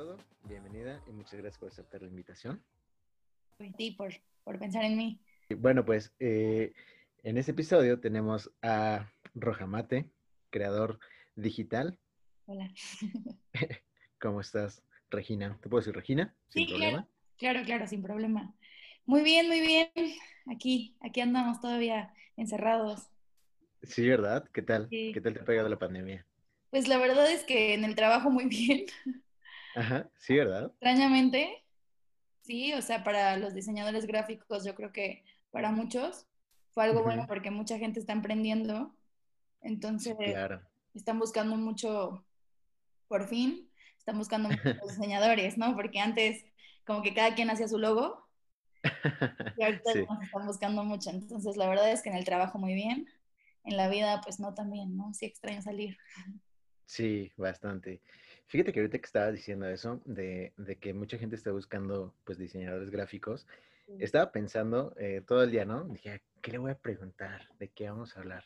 todo, bienvenida y muchas gracias por aceptar la invitación. A ti por pensar en mí. Y bueno, pues en este episodio tenemos a Rojamate, creador digital. Hola. ¿Cómo estás, Regina? ¿Te puedo decir Regina? Sin Sí, claro, problema. claro, sin problema. Muy bien, muy bien. Aquí andamos todavía encerrados. Sí, ¿verdad? ¿Qué tal? ¿Qué Sí. tal te ha pegado la pandemia? Pues la verdad es que en el trabajo muy bien, Ajá, sí, ¿verdad? extrañamente. Sí, o sea, para los diseñadores gráficos, yo creo que para muchos fue algo bueno Ujú. porque mucha gente está emprendiendo, entonces Sí, claro. están buscando mucho, por fin, están buscando muchos diseñadores, ¿no? Porque antes como que cada quien hacía su logo. Y ahorita Sí, nos están buscando mucho. Entonces, la verdad es que en el trabajo muy bien, en la vida, pues no tan bien, ¿no? Sí extraño salir. sí, bastante. Fíjate que ahorita que estabas diciendo eso, de que mucha gente está buscando, pues, diseñadores gráficos, Sí. estaba pensando todo el día, ¿no? Dije, ¿qué le voy a preguntar? ¿De qué vamos a hablar?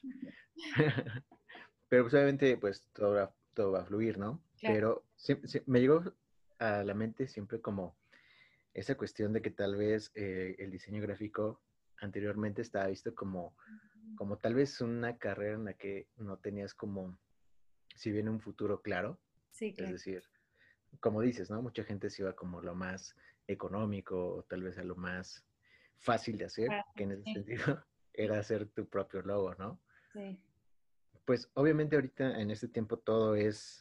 Pero pues obviamente pues todo va a fluir, ¿no? Claro, Pero me llegó a la mente siempre como esa cuestión de que tal vez el diseño gráfico anteriormente estaba visto como tal vez una carrera en la que no tenías como, si bien un futuro claro, sí, es claro. decir, como dices, ¿no? Mucha gente se iba como lo más económico o tal vez a lo más fácil de hacer, Ah, que en ese sí, sentido era hacer tu propio logo, ¿no? sí, Pues obviamente ahorita en este tiempo todo es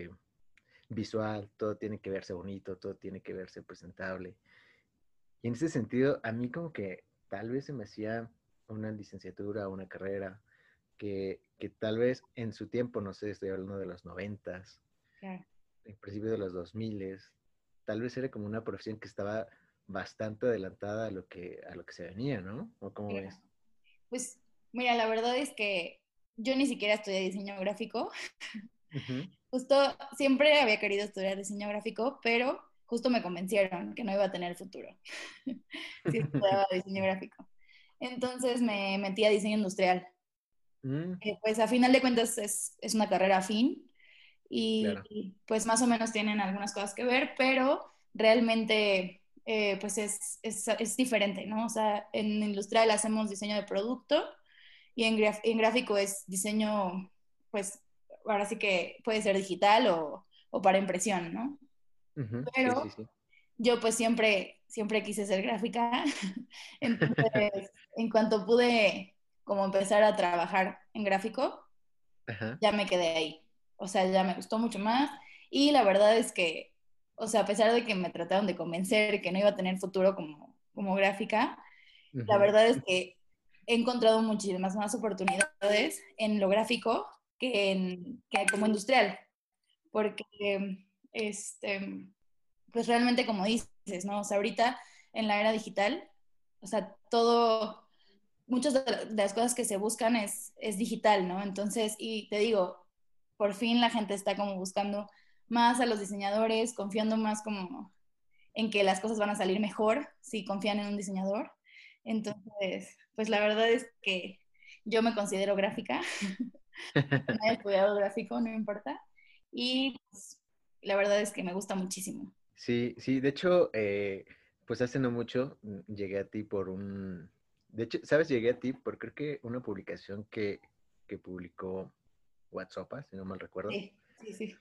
visual, todo tiene que verse bonito, todo tiene que verse presentable. Y en ese sentido, a mí como que tal vez se me hacía una licenciatura, una carrera, que tal vez en su tiempo, no sé, estoy hablando de los noventas, claro. en principio de los dos miles, tal vez era como una profesión que estaba bastante adelantada a lo que se venía, ¿no? ¿O cómo Claro. ves? Pues mira, la verdad es que yo ni siquiera estudié diseño gráfico. Ujú. Justo siempre había querido estudiar diseño gráfico, pero justo me convencieron que no iba a tener futuro si estudiaba diseño gráfico. Entonces me metí a diseño industrial. Mm, Pues a final de cuentas es una carrera afín claro. y pues más o menos tienen algunas cosas que ver, pero realmente pues es diferente, ¿no? O sea, en industrial hacemos diseño de producto y en gráfico es diseño, pues ahora sí que puede ser digital o para impresión, ¿no? Ujú. Sí, Pero sí, sí. yo pues siempre quise ser gráfica, entonces en cuanto pude como empezar a trabajar en gráfico, Ajá. ya me quedé ahí. O sea, ya me gustó mucho más. Y la verdad es que, o sea, a pesar de que me trataron de convencer que no iba a tener futuro como gráfica, la Ujú. verdad es que he encontrado muchísimas más oportunidades en lo gráfico que como industrial. Porque, este, pues realmente como dices, ¿no? O sea, ahorita en la era digital, o sea, todo, muchas de las cosas que se buscan es digital, ¿no? Entonces, y te digo, por fin la gente está como buscando más a los diseñadores, confiando más como en que las cosas van a salir mejor si confían en un diseñador. Entonces, pues la verdad es que yo me considero gráfica, no he estudiado gráfico, no importa, y pues, la verdad es que me gusta muchísimo. Sí, sí, de hecho, pues hace no mucho llegué a ti por de hecho, ¿sabes? Llegué a ti por creo que una publicación que publicó WhatsApp, si no mal recuerdo. Sí, sí, sí.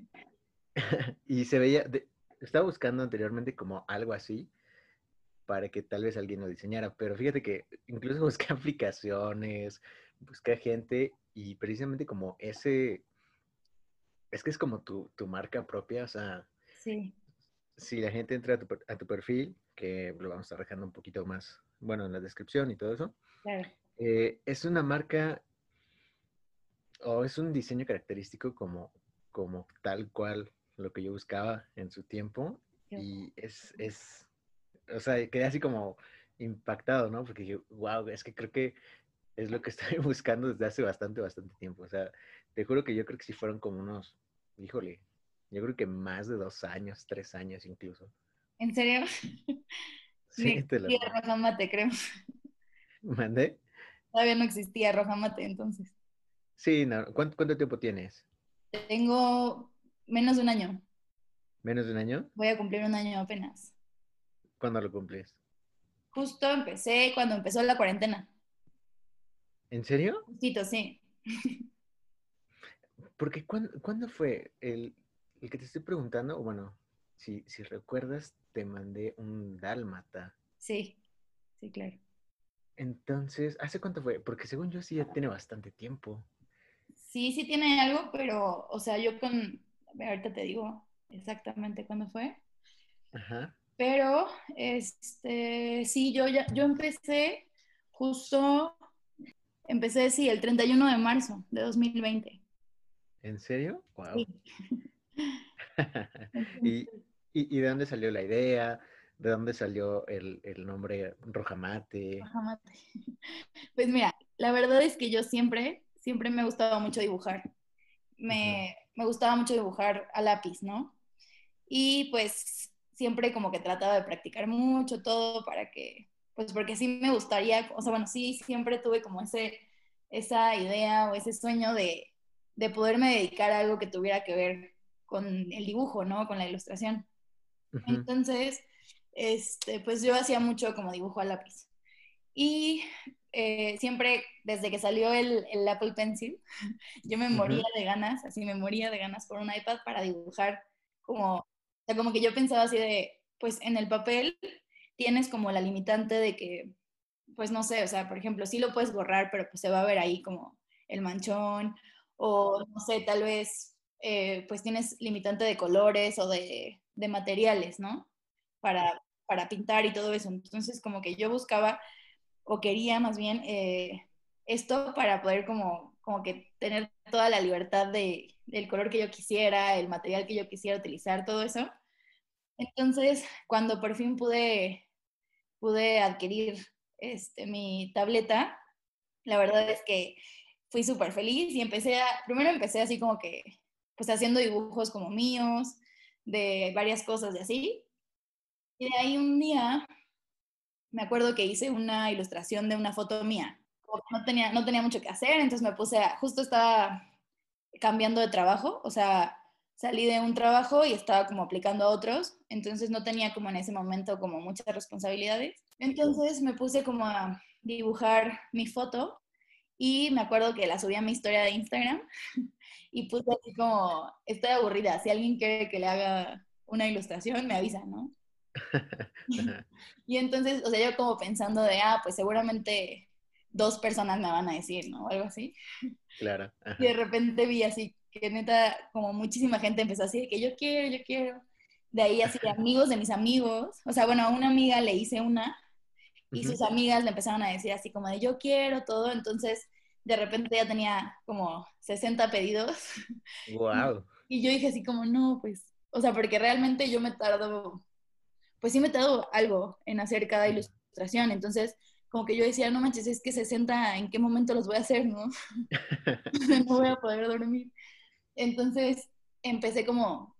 Y estaba buscando anteriormente como algo así para que tal vez alguien lo diseñara, pero fíjate que incluso busqué aplicaciones, busqué gente y precisamente como es que es como tu marca propia, o sea, Sí, si la gente entra a tu perfil, que lo vamos a estar dejando un poquito más, bueno, en la descripción y todo eso, claro. es una marca o es un diseño característico como tal cual lo que yo buscaba en su tiempo y o sea, quedé así como impactado, ¿no? Porque yo, wow, es que creo que es lo que estoy buscando desde hace bastante tiempo. O sea, te juro que yo creo que sí fueron como unos, híjole, yo creo que más de 2 años, 3 años incluso. ¿En serio? Ni Sí, te lo existía juro. Roja Mate, creo. ¿Mandé? Todavía no existía Roja Mate, entonces. Sí, no. ¿Cuánto tiempo tienes? Tengo menos de un año. ¿Menos de un año? Voy a cumplir un año apenas. ¿Cuándo lo cumples? Justo empecé cuando empezó la cuarentena. ¿En serio? Justito, sí. Porque ¿cuándo fue el que te estoy preguntando? O bueno, si recuerdas, te mandé un dálmata. Sí, sí, claro. Entonces, ¿hace cuánto fue? Porque según yo sí ya tiene bastante tiempo. Sí, sí tiene algo, pero, o sea, yo con, a ver, ahorita te digo exactamente cuándo fue, Ajá. pero, sí, yo empecé justo, empecé, sí, el 31 de marzo de 2020. ¿En serio? Sí. Wow. ¿Y, y de dónde salió la idea? ¿De dónde salió el nombre Rojamate? Ajá. Pues mira, la verdad es que yo siempre me ha gustado mucho dibujar. Ujú, Me gustaba mucho dibujar a lápiz, ¿no? Y pues siempre como que trataba de practicar mucho todo para que, pues porque sí me gustaría, o sea, bueno, sí, siempre tuve como esa idea o ese sueño de poderme dedicar a algo que tuviera que ver con el dibujo, ¿no? Con la ilustración. ujú, Entonces, pues yo hacía mucho como dibujo a lápiz. Y siempre, desde que salió el Apple Pencil, yo me moría ujú. de ganas, así me moría de ganas por un iPad para dibujar como, o sea, como que yo pensaba así de, pues en el papel tienes como la limitante de que, pues no sé, o sea, por ejemplo, sí lo puedes borrar, pero pues se va a ver ahí como el manchón, o no sé, tal vez, pues tienes limitante de colores o de materiales, ¿no? Para pintar y todo eso. Entonces, como que yo buscaba o quería más bien esto para poder como que tener toda la libertad del color que yo quisiera, el material que yo quisiera utilizar, todo eso. Entonces, cuando por fin pude adquirir mi tableta, la verdad es que fui súper feliz y primero empecé así como que, pues haciendo dibujos como míos, de varias cosas de así. Y de ahí un día me acuerdo que hice una ilustración de una foto mía. Como que no tenía mucho que hacer, entonces me puse justo estaba cambiando de trabajo, o sea, salí de un trabajo y estaba como aplicando a otros, entonces no tenía como en ese momento como muchas responsabilidades. Entonces me puse como a dibujar mi foto y me acuerdo que la subí a mi historia de Instagram y puse así como, estoy aburrida, si alguien quiere que le haga una ilustración, me avisa, ¿no? Ajá, Y entonces, o sea, yo como pensando de, pues seguramente dos personas me van a decir, ¿no? O algo así. claro, Y de ajá. repente vi así que neta, como muchísima gente empezó así de que yo quiero, yo quiero. De ahí así de amigos de mis amigos. O sea, bueno, a una amiga le hice una y Ujú. sus amigas le empezaron a decir así como de yo quiero todo. Entonces, de repente ya tenía como 60 pedidos. Y, Wow. y yo dije así como, no, pues, o sea, porque realmente yo me tardo pues sí me tardo algo en hacer cada Ujú. ilustración. Entonces, como que yo decía, no manches, es que 60, ¿en qué momento los voy a hacer, no? No voy a Sí. poder dormir. Entonces, empecé como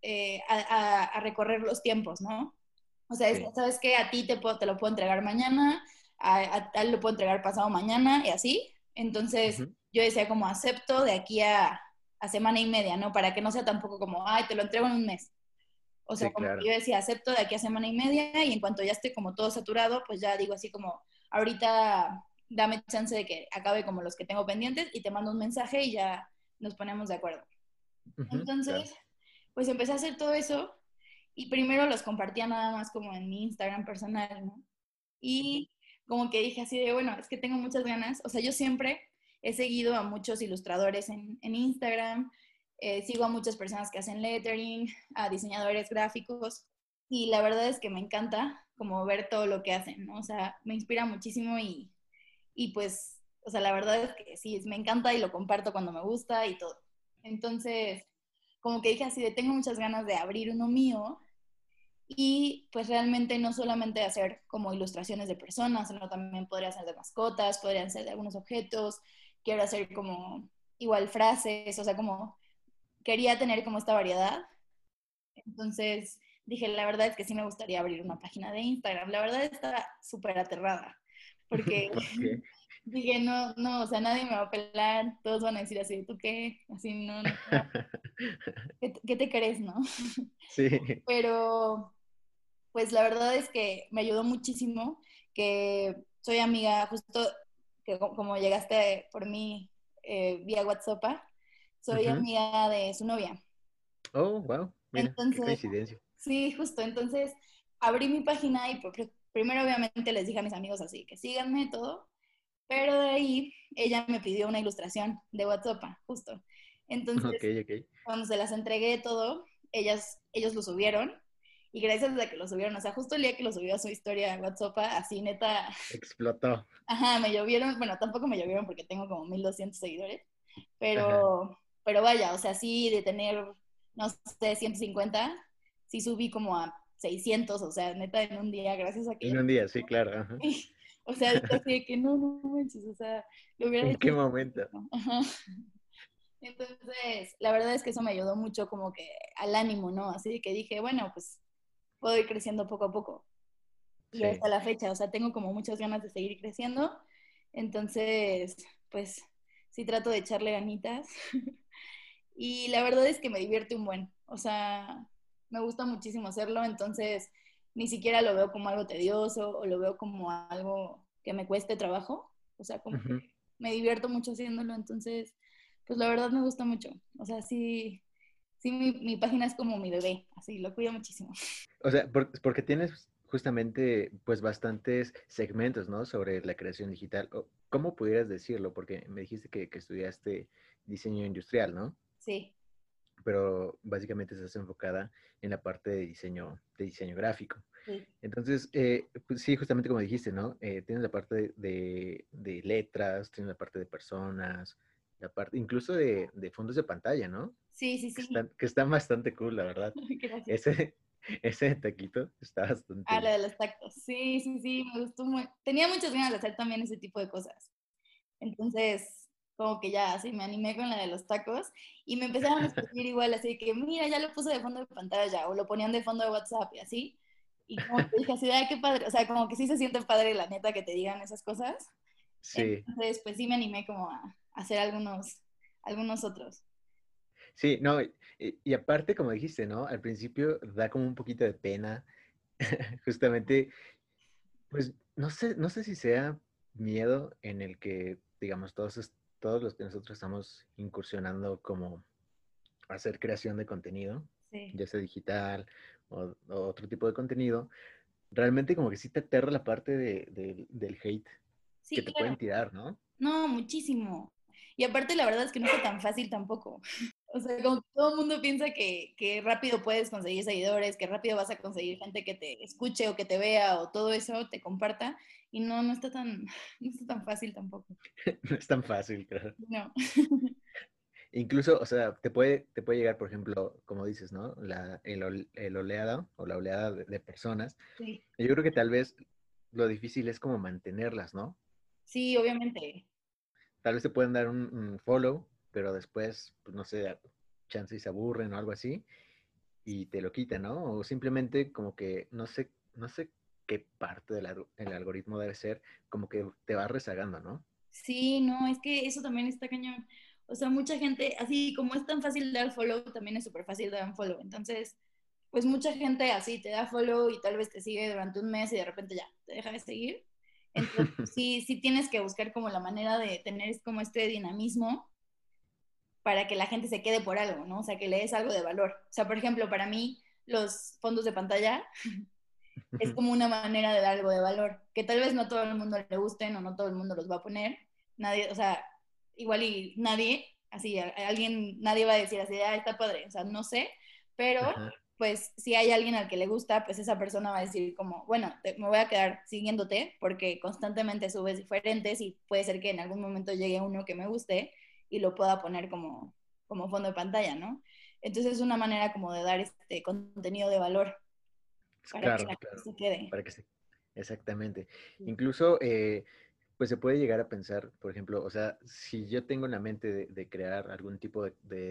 a recorrer los tiempos, ¿no? O sea, Sí. ¿sabes qué? A ti te lo puedo entregar mañana, a tal lo puedo entregar pasado mañana y así. Entonces, Ujú. yo decía como acepto de aquí a semana y media, ¿no? Para que no sea tampoco como, ay, te lo entrego en un mes. O sea, Sí, como que claro. yo decía, acepto de aquí a semana y media y en cuanto ya esté como todo saturado, pues ya digo así como, ahorita dame chance de que acabe como los que tengo pendientes y te mando un mensaje y ya nos ponemos de acuerdo. Ujú, claro. Entonces, pues empecé a hacer todo eso y primero los compartía nada más como en mi Instagram personal, ¿no? Y como que dije así de, bueno, es que tengo muchas ganas, o sea, yo siempre he seguido a muchos ilustradores en Instagram, sigo a muchas personas que hacen lettering, a diseñadores gráficos, y la verdad es que me encanta como ver todo lo que hacen, ¿no? O sea, me inspira muchísimo y pues, o sea, la verdad es que sí, me encanta y lo comparto cuando me gusta y todo. Entonces, como que dije así de, tengo muchas ganas de abrir uno mío y pues realmente no solamente hacer como ilustraciones de personas, sino también podría ser de mascotas, podrían ser de algunos objetos, quiero hacer como igual frases, o sea, como quería tener como esta variedad. Entonces dije, la verdad es que sí me gustaría abrir una página de Instagram. La verdad estaba súper aterrada, porque ¿Por qué? Dije, no, no, o sea, nadie me va a pelar, todos van a decir así, ¿tú qué? Así, no, no, ¿qué te crees, no? Sí. Pero, pues la verdad es que me ayudó muchísimo, que soy amiga, justo que como llegaste por mí vía WhatsApp, soy Ujú. amiga de su novia. Oh, wow, mira, qué Entonces, coincidencia. sí, justo, entonces abrí mi página y primero obviamente les dije a mis amigos así, que síganme todo, pero de ahí ella me pidió una ilustración de WhatsApp, justo. Ok, Entonces, ok. cuando se las entregué todo, ellos lo subieron y gracias a que lo subieron, o sea, justo el día que lo subió a su historia a WhatsApp, así neta, Explotó. ajá, me llovieron, bueno, tampoco me llovieron porque tengo como 1200 seguidores, Ajá. pero vaya, o sea, sí de tener, no sé, 150, sí subí como a 600, o sea, neta en un día, gracias a que En ella... un día, sí, claro. Ajá. O sea, dije así de que no, no manches, o sea, lo hubiera ¿En hecho. qué momento? Ajá. Entonces, la verdad es que eso me ayudó mucho como que al ánimo, ¿no? Así que dije, bueno, pues puedo ir creciendo poco a poco. Y Sí, hasta la fecha, o sea, tengo como muchas ganas de seguir creciendo. Entonces, pues sí trato de echarle ganitas. Y la verdad es que me divierte un buen. O sea, me gusta muchísimo hacerlo, entonces ni siquiera lo veo como algo tedioso o lo veo como algo que me cueste trabajo. O sea, como que ujú. me divierto mucho haciéndolo, entonces, pues la verdad me gusta mucho. O sea, sí, sí, mi página es como mi bebé, así, lo cuido muchísimo. O sea, porque tienes justamente pues bastantes segmentos, ¿no? Sobre la creación digital. ¿Cómo pudieras decirlo? Porque me dijiste que estudiaste diseño industrial, ¿no? Sí, Pero básicamente estás enfocada en la parte de diseño gráfico. sí. Entonces, pues sí, justamente como dijiste, ¿no? Tienes la parte de letras, tienes la parte de personas, la parte incluso de fondos de pantalla, ¿no? Sí, sí, sí. Que están bastante cool, la verdad. Gracias. Ese, ese taquito está Ah, la bastante... de los tactos. Sí, sí, sí, me gustó muy. Tenía muchas ganas de hacer también ese tipo de cosas. Entonces, como que ya así me animé con la de los tacos y me empezaron a escribir igual, así de que, mira, ya lo puse de fondo de pantalla o lo ponían de fondo de WhatsApp y así. Y como que dije así, ay, qué padre. O sea, como que sí se siente padre, la neta, que te digan esas cosas. Sí, Entonces, pues sí me animé como a hacer algunos otros. sí, no, y aparte, como dijiste, ¿no? Al principio da como un poquito de pena, justamente, pues no sé si sea miedo en el que, digamos, todos los que nosotros estamos incursionando como a hacer creación de contenido, Sí. ya sea digital o otro tipo de contenido, realmente como que sí te aterra la parte del hate que Sí, te claro. pueden tirar, ¿no? No, muchísimo. Y aparte, la verdad es que no está tan fácil tampoco. O sea, como que todo el mundo piensa que rápido puedes conseguir seguidores, que rápido vas a conseguir gente que te escuche o que te vea o todo eso, te comparta. Y no, no está tan, no está tan fácil tampoco. No es tan fácil, claro. No. Incluso, o sea, te puede llegar, por ejemplo, como dices, ¿no? El oleada o la oleada de personas. Sí, Yo creo que tal vez lo difícil es como mantenerlas, ¿no? sí, obviamente. Tal vez te pueden dar un follow, pero después, pues no sé, chance y se aburren o algo así y te lo quitan, ¿no? O simplemente como que no sé qué parte el algoritmo debe ser, como que te va rezagando, ¿no? Sí, no, es que eso también está cañón. O sea, mucha gente, así como es tan fácil dar follow, también es súper fácil dar un follow. Entonces, pues mucha gente así te da follow y tal vez te sigue durante un mes y de repente ya te deja de seguir. Entonces, sí, sí tienes que buscar como la manera de tener como este dinamismo para que la gente se quede por algo, ¿no? O sea, que le des algo de valor. O sea, por ejemplo, para mí, los fondos de pantalla es como una manera de dar algo de valor, que tal vez no todo el mundo le gusten o no todo el mundo los va a poner. Nadie, o sea, igual y nadie, así, alguien, nadie va a decir así, ah, está padre, o sea, no sé, pero Ajá. pues si hay alguien al que le gusta, pues esa persona va a decir como, bueno, me voy a quedar siguiéndote porque constantemente subes diferentes y puede ser que en algún momento llegue uno que me guste y lo pueda poner como fondo de pantalla, ¿no? Entonces es una manera como de dar este contenido de valor para que Claro, la gente claro, se quede. para que se... Exactamente. Incluso, pues se puede llegar a pensar, por ejemplo, o sea, si yo tengo en la mente de crear algún tipo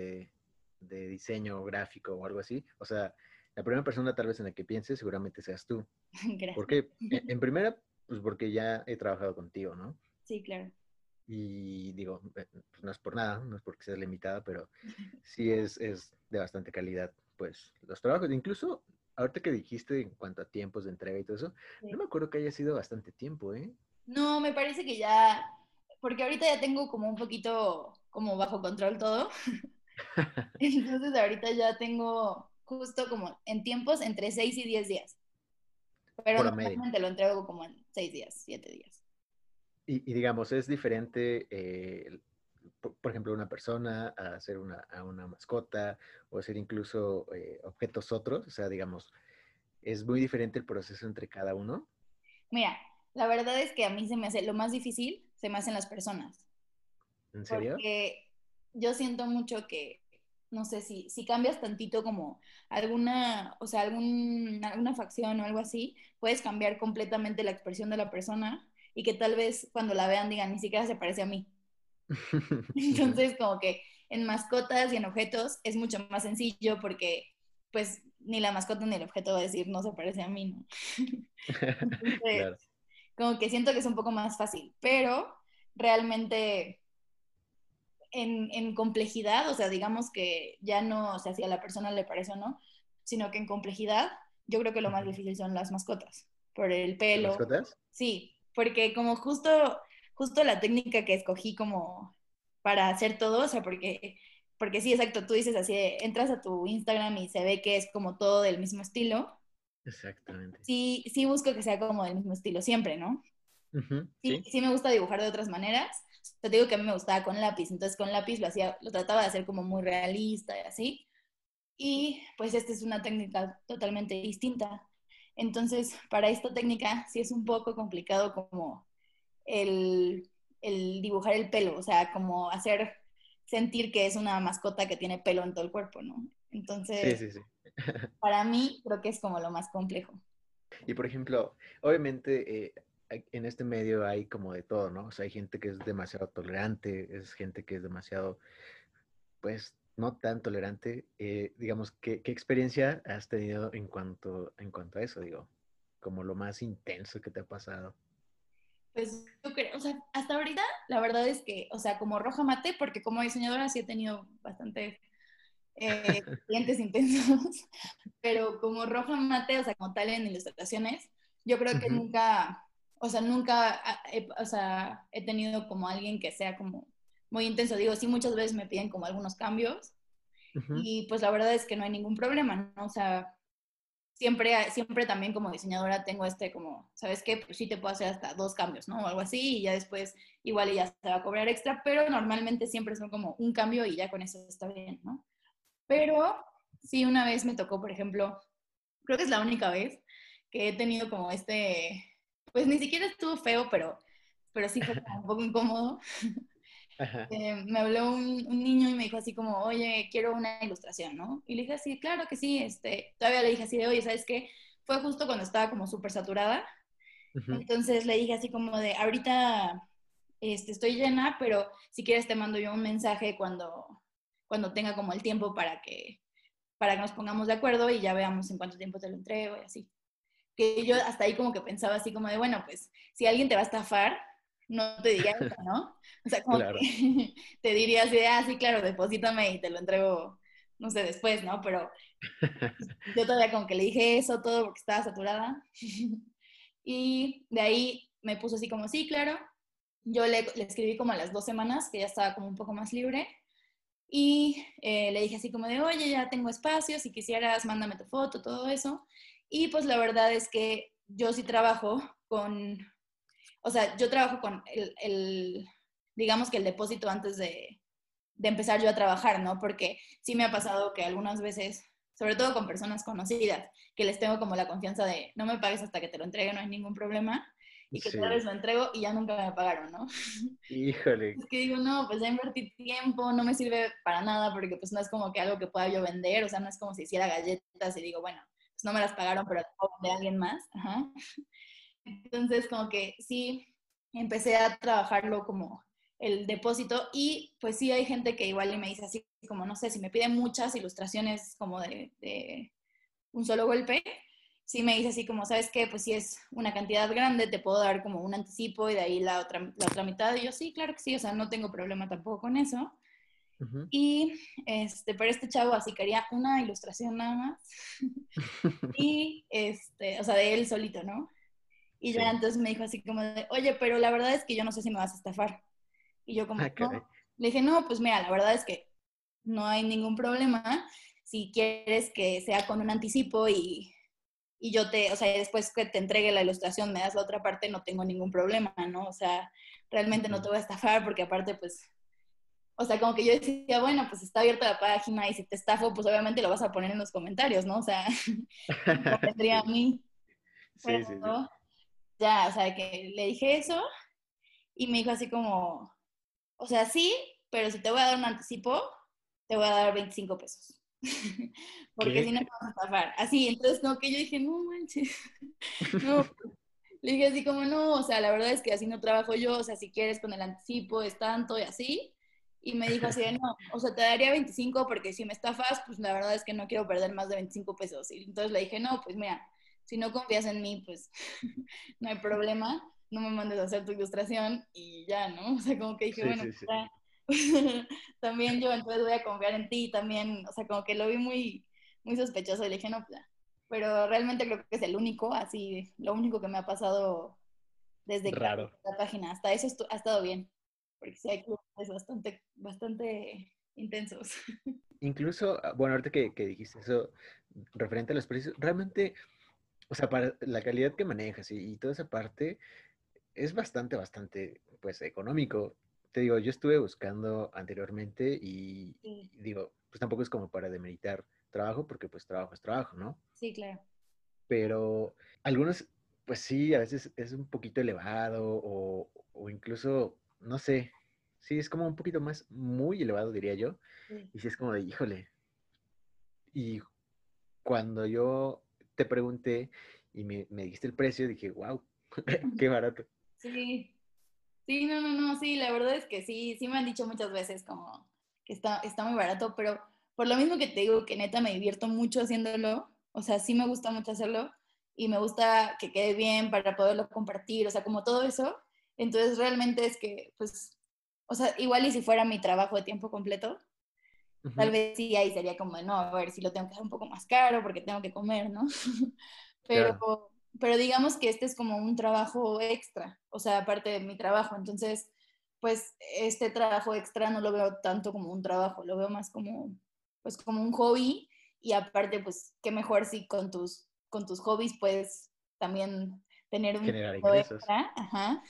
de diseño gráfico o algo así, o sea, la primera persona tal vez en la que piense seguramente seas tú. ¿Por Gracias. qué? En primera, pues porque ya he trabajado contigo, ¿no? Sí, claro. Y digo, pues no es por nada, no es porque sea limitada, pero sí es de bastante calidad, pues los trabajos. Incluso ahorita que dijiste en cuanto a tiempos de entrega y todo eso, no Sí. me acuerdo que haya sido bastante tiempo, ¿eh? No, me parece que ya, porque ahorita ya tengo como un poquito como bajo control todo. Entonces ahorita ya tengo justo como en tiempos entre 6 y 10 días, pero Promedio. normalmente lo entrego como en 6 días, 7 días. Y digamos, es diferente, por ejemplo, una persona a hacer a una mascota o hacer incluso objetos otros. O sea, digamos, es muy diferente el proceso entre cada uno. Mira, la verdad es que a mí se me hace, lo más difícil se me hacen las personas, ¿En serio? porque yo siento mucho que, no sé, si cambias tantito como alguna, o sea, alguna facción o algo así, puedes cambiar completamente la expresión de la persona y que tal vez cuando la vean digan, ni siquiera se parece a mí. Ujú. Entonces, como que en mascotas y en objetos es mucho más sencillo porque, pues, ni la mascota ni el objeto va a decir no se parece a mí, ¿no? Entonces, Claro. como que siento que es un poco más fácil, pero realmente en complejidad, o sea, digamos que ya no, o sea, si a la persona le parece o no, sino que en complejidad, yo creo que lo más Ujú. difícil son las mascotas, por el ¿Las pelo, mascotas? sí, porque como justo la técnica que escogí como para hacer todo, o sea, porque sí, exacto, tú dices así, entras a tu Instagram y se ve que es como todo del mismo estilo, Exactamente. sí, sí busco que sea como del mismo estilo siempre, ¿no? Ujú, Sí, sí, sí me gusta dibujar de otras maneras. Te digo que a mí me gustaba con lápiz, entonces con lápiz lo hacía, lo trataba de hacer como muy realista y así. Y pues esta es una técnica totalmente distinta. Entonces, para esta técnica sí es un poco complicado como el, el dibujar el pelo, o sea, como hacer sentir que es una mascota que tiene pelo en todo el cuerpo, ¿no? sí, Entonces, sí, sí. para mí creo que es como lo más complejo. Y por ejemplo, obviamente en este medio hay como de todo, ¿no? O sea, hay gente que es demasiado tolerante, es gente que es demasiado, pues, no tan tolerante. Digamos, ¿qué experiencia has tenido en cuanto a eso? Digo, como lo más intenso que te ha pasado. Pues yo creo, o sea, hasta ahorita la verdad es que, o sea, como roja mate, porque como diseñadora sí he tenido bastantes clientes intensos, pero como roja mate, o sea, como tal en ilustraciones, yo creo que Ujú, nunca, o sea, nunca, o sea, he tenido como alguien que sea como muy intenso. Digo, sí, muchas veces me piden como algunos cambios ujú. y pues la verdad es que no hay ningún problema, ¿no? O sea, siempre también como diseñadora tengo como, ¿sabes qué? Pues sí te puedo hacer hasta 2 cambios, ¿no? O algo así, y ya después igual ya se va a cobrar extra, pero normalmente siempre son como un cambio y ya con eso está bien, ¿no? Pero sí, una vez me tocó, por ejemplo, creo que es la única vez que he tenido como pues ni siquiera estuvo feo, pero sí fue como un poco incómodo. Ajá. Me habló un niño y me dijo así como, oye, quiero una ilustración, ¿no? Y le dije así, claro que sí, todavía le dije así de, oye, ¿sabes qué? Fue justo cuando estaba como súper saturada, Ujú. entonces le dije así como de, ahorita estoy llena, pero si quieres te mando yo un mensaje cuando tenga como el tiempo para que nos pongamos de acuerdo y ya veamos en cuánto tiempo te lo entrego y así. Que yo hasta ahí como que pensaba así como de, bueno, pues si alguien te va a estafar, no te diría eso, ¿no? O sea, como que Claro. te diría así de, ah, sí, claro, deposítame y te lo entrego, no sé, después, ¿no? Pero yo todavía como que le dije eso todo porque estaba saturada. Y de ahí me puso así como, sí, claro. Yo le escribí como a las 2 semanas, que ya estaba como un poco más libre. Y le dije así como de, oye, ya tengo espacio, si quisieras, mándame tu foto, todo eso. Y pues la verdad es que yo sí trabajo con, o sea, yo trabajo con digamos que el depósito antes de empezar yo a trabajar, ¿no? Porque sí me ha pasado que algunas veces, sobre todo con personas conocidas, que les tengo como la confianza de, no me pagues hasta que te lo entregue, no hay ningún problema, y que tal Sí. vez lo entrego y ya nunca me pagaron, ¿no? Híjole. Es que digo, no, pues ya invertí tiempo, no me sirve para nada porque pues no es como que algo que pueda yo vender, o sea, no es como si hiciera galletas y digo, bueno, pues no me las pagaron, pero las puedo vender a alguien más. Ajá. Entonces, como que sí, empecé a trabajarlo como el depósito y pues sí hay gente que igual y me dice así como, no sé, si me piden muchas ilustraciones como de un solo golpe, sí me dice así como, ¿sabes qué? Pues si es una cantidad grande, te puedo dar como un anticipo y de ahí la otra mitad. Y yo, sí, claro que sí, o sea, no tengo problema tampoco con eso. Ujú. Y, pero este chavo así quería una ilustración nada más. Y, o sea, de él solito, ¿no? Y ya Sí. entonces me dijo así como de, oye, pero la verdad es que yo no sé si me vas a estafar. Y yo como, Ah, no. caray. Le dije, no, pues mira, la verdad es que no hay ningún problema. Si quieres que sea con un anticipo y yo o sea, después que te entregue la ilustración me das la otra parte, no tengo ningún problema, ¿no? O sea, realmente no te Ujú. voy a estafar porque aparte, pues, o sea, como que yo decía, bueno, pues está abierta la página y si te estafo, pues obviamente lo vas a poner en los comentarios, ¿no? O sea, me convendría a Sí, mí. Pero sí, sí, sí. ya, o sea, que le dije eso y me dijo así como, o sea, sí, pero si te voy a dar un anticipo, te voy a dar 25 pesos. Porque si ¿Qué? no me vas a estafar. Así, entonces como que yo dije, no manches, no. Le dije así como, no, o sea, la verdad es que así no trabajo yo, o sea, si quieres con el anticipo es tanto y así. Y me dijo así de, no, o sea, te daría 25 porque si me estafas, pues la verdad es que no quiero perder más de 25 pesos. Y entonces le dije, no, pues mira, si no confías en mí, pues no hay problema, no me mandes a hacer tu ilustración y ya, ¿no? O sea, como que dije, Sí, bueno, sí, pues sí. ya, también yo entonces voy a confiar en ti también, o sea, como que lo vi muy, muy sospechoso y le dije, no, pues ya. Pero realmente creo que es el único, así, lo único que me ha pasado desde que abrí Raro. la página. Hasta eso ha estado bien, porque sí hay clubes bastante, bastante intensos. Incluso, bueno, ahorita que dijiste eso referente a los precios, realmente, o sea, para la calidad que manejas y toda esa parte es bastante, bastante, pues, económico. Te digo, yo estuve buscando anteriormente Sí, y digo, pues tampoco es como para demeritar trabajo, porque pues trabajo es trabajo, ¿no? sí, claro. Pero algunos, pues sí, a veces es un poquito elevado o incluso, no sé, sí, es como un poquito más, muy elevado, diría yo. Sí. Y sí es como de, híjole. Y cuando yo te pregunté y me dijiste el precio, dije, wow, qué barato. Sí, sí, no, no, no, sí, la verdad es que sí, sí me han dicho muchas veces como que está muy barato, pero por lo mismo que te digo que neta me divierto mucho haciéndolo, o sea, sí me gusta mucho hacerlo y me gusta que quede bien para poderlo compartir, o sea, como todo eso, entonces realmente es que, pues, o sea, igual y si fuera mi trabajo de tiempo completo, tal Ujú, vez sí ahí sería como, no, a ver si lo tengo que hacer un poco más caro porque tengo que comer, ¿no? Pero, claro. pero digamos que este es como un trabajo extra, o sea, aparte de mi trabajo. Entonces, pues este trabajo extra no lo veo tanto como un trabajo, lo veo más como, pues como un hobby y aparte, pues qué mejor si con tus hobbies puedes también tener un Generar dinero ingresos. extra, ajá,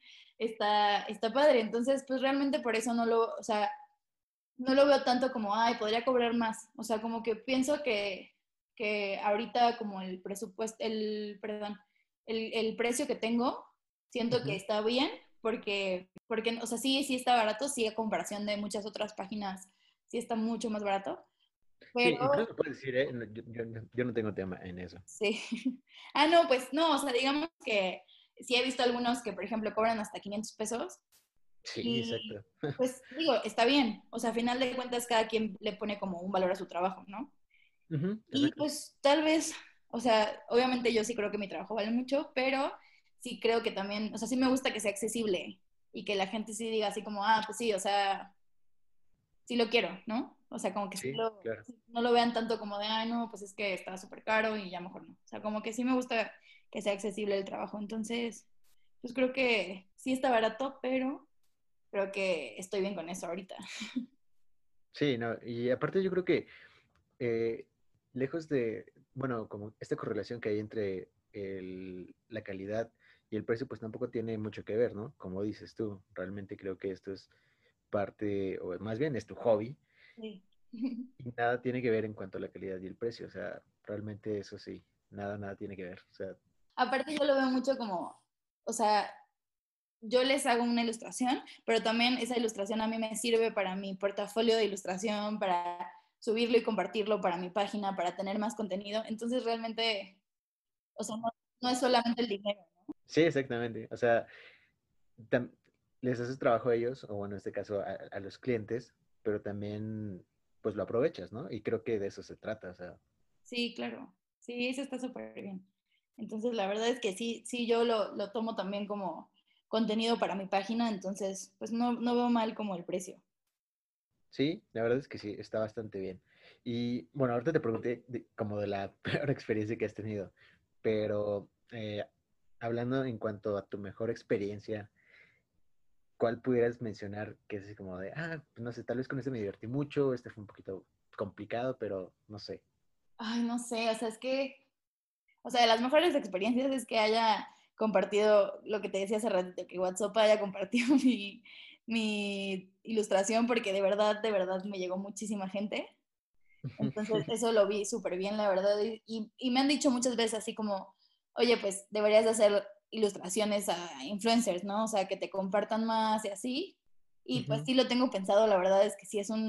está padre. Entonces, pues realmente por eso o sea, no lo veo tanto como, ay, podría cobrar más. O sea, como que pienso que ahorita como el presupuesto, perdón, el precio que tengo, siento que Ujú. está bien porque, o sea, sí, sí está barato, sí a comparación de muchas otras páginas, sí está mucho más barato, Sí, pero incluso puedes decir, no, yo no tengo tema en eso. sí. Ah, no, pues no, o sea, digamos que sí he visto algunos que, por ejemplo, cobran hasta 500 pesos. Sí, Y exacto. pues digo, está bien. O sea, a final de cuentas cada quien le pone como un valor a su trabajo, ¿no? Ujú, Y exacto. pues tal vez, o sea, obviamente yo sí creo que mi trabajo vale mucho, pero sí creo que también, o sea, sí me gusta que sea accesible y que la gente sí diga así como, ah, pues sí, o sea, sí lo quiero, ¿no? O sea, como que Sí, claro. no lo vean tanto como de, ay, no, pues es que está súper caro y ya mejor no. O sea, como que sí me gusta que sea accesible el trabajo. Entonces, pues creo que sí está barato, pero creo que estoy bien con eso ahorita. Sí, no, y aparte yo creo que eh, lejos de, bueno, como esta correlación que hay entre la calidad y el precio, pues tampoco tiene mucho que ver, ¿no? Como dices tú, realmente creo que esto es parte, o más bien es tu hobby, Sí. y nada tiene que ver en cuanto a la calidad y el precio, o sea, realmente eso sí, nada, nada tiene que ver, o sea, Aparte yo lo veo mucho como, o sea, yo les hago una ilustración, pero también esa ilustración a mí me sirve para mi portafolio de ilustración, para subirlo y compartirlo para mi página, para tener más contenido. Entonces realmente, o sea, no es solamente el dinero. sí, exactamente, o sea, tam- les haces trabajo a ellos, o bueno, en este caso a los clientes, pero también pues lo aprovechas, ¿no? Y creo que de eso se trata, o sea, Sí, claro. Sí, eso está súper bien. Entonces, la verdad es que sí, sí, yo lo tomo también como contenido para mi página, entonces, pues no veo mal como el precio. Sí, la verdad es que sí, está bastante bien. Y bueno, ahorita te pregunté como de la peor experiencia que has tenido, pero hablando en cuanto a tu mejor experiencia, ¿cuál pudieras mencionar que es así como de, pues no sé, tal vez con este me divertí mucho, este fue un poquito complicado, pero no sé. Ay, no sé, o sea, es que, o sea, de las mejores experiencias es que haya compartido lo que te decía hace ratito, que WhatsApp haya compartido mi ilustración, porque de verdad me llegó muchísima gente. Entonces, eso lo vi súper bien, la verdad. Y me han dicho muchas veces así como, oye, pues deberías de hacer ilustraciones a influencers, ¿no? O sea, que te compartan más y así. Y pues Ujú. sí lo tengo pensado, la verdad es que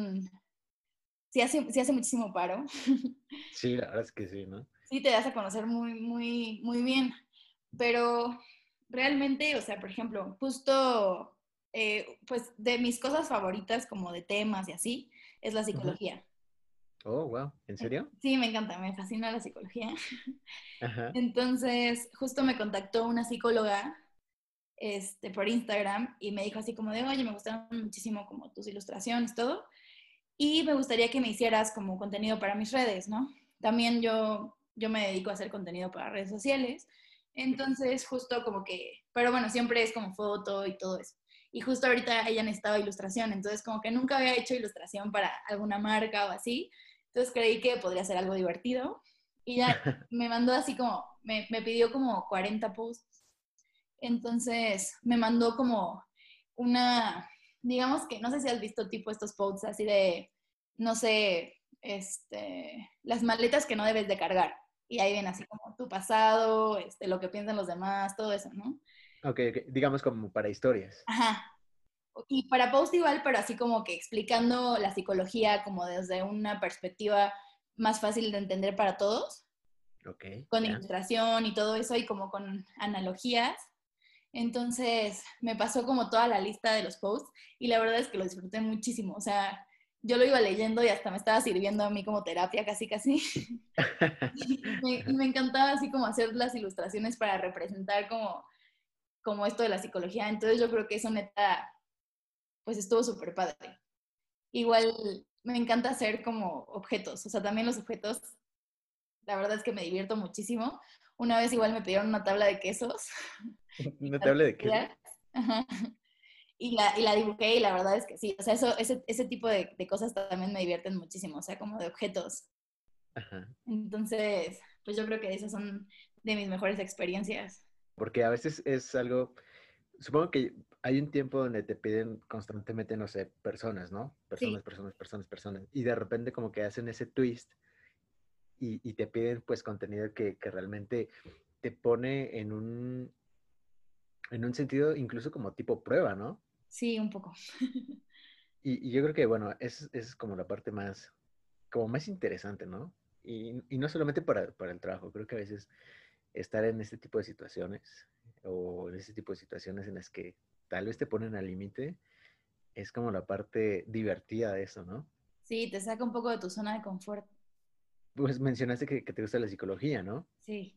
sí hace muchísimo paro. Sí, la verdad es que sí, ¿no? Sí te das a conocer muy, muy, muy bien. Pero realmente, o sea, por ejemplo, justo, pues de mis cosas favoritas como de temas y así, es la Ujú. psicología. Oh, wow, ¿en serio? Sí, me encanta, me fascina la psicología. Ajá. Entonces, justo me contactó una psicóloga por Instagram y me dijo así como de, oye, me gustaron muchísimo como tus ilustraciones, todo, y me gustaría que me hicieras como contenido para mis redes, ¿no? También yo me dedico a hacer contenido para redes sociales, entonces justo como que, pero bueno, siempre es como foto y todo eso. Y justo ahorita ella necesitaba ilustración, entonces como que nunca había hecho ilustración para alguna marca o así, entonces creí que podría ser algo divertido. Y ya me mandó así como, me pidió como 40 posts, entonces me mandó como una, digamos que no sé si has visto tipo estos posts así de, no sé, las maletas que no debes de cargar. Y ahí ven así como tu pasado, lo que piensan los demás, todo eso, ¿no? Ok, ok, digamos como para historias. Ajá. Y para post igual, pero así como que explicando la psicología como desde una perspectiva más fácil de entender para todos, Ok, con ya. ilustración y todo eso y como con analogías. Entonces me pasó como toda la lista de los posts y la verdad es que lo disfruté muchísimo. O sea, yo lo iba leyendo y hasta me estaba sirviendo a mí como terapia casi casi. Y me encantaba así como hacer las ilustraciones para representar como esto de la psicología. Entonces yo creo que eso neta, pues estuvo súper padre. Igual me encanta hacer como objetos. O sea, también los objetos, la verdad es que me divierto muchísimo. Una vez igual me pidieron una tabla de quesos. ¿No te hable de queso? Ajá. Y la dibujé y la verdad es que sí, o sea, ese tipo de cosas también me divierten muchísimo, o sea, como de objetos. Ajá. Entonces, pues yo creo que esas son de mis mejores experiencias. Porque a veces es algo, supongo que hay un tiempo donde te piden constantemente, no sé, personas, ¿no? Sí, Personas, personas, personas, personas. Y de repente como que hacen ese twist y te piden pues contenido que realmente te pone en un sentido incluso como tipo prueba, ¿no? sí, un poco. Y yo creo que, bueno, es como la parte más, como más interesante, ¿no? Y no solamente para el trabajo, creo que a veces estar en este tipo de situaciones o en este tipo de situaciones en las que tal vez te ponen al límite, es como la parte divertida de eso, ¿no? Sí, te saca un poco de tu zona de confort. Pues mencionaste que te gusta la psicología, ¿no? Sí.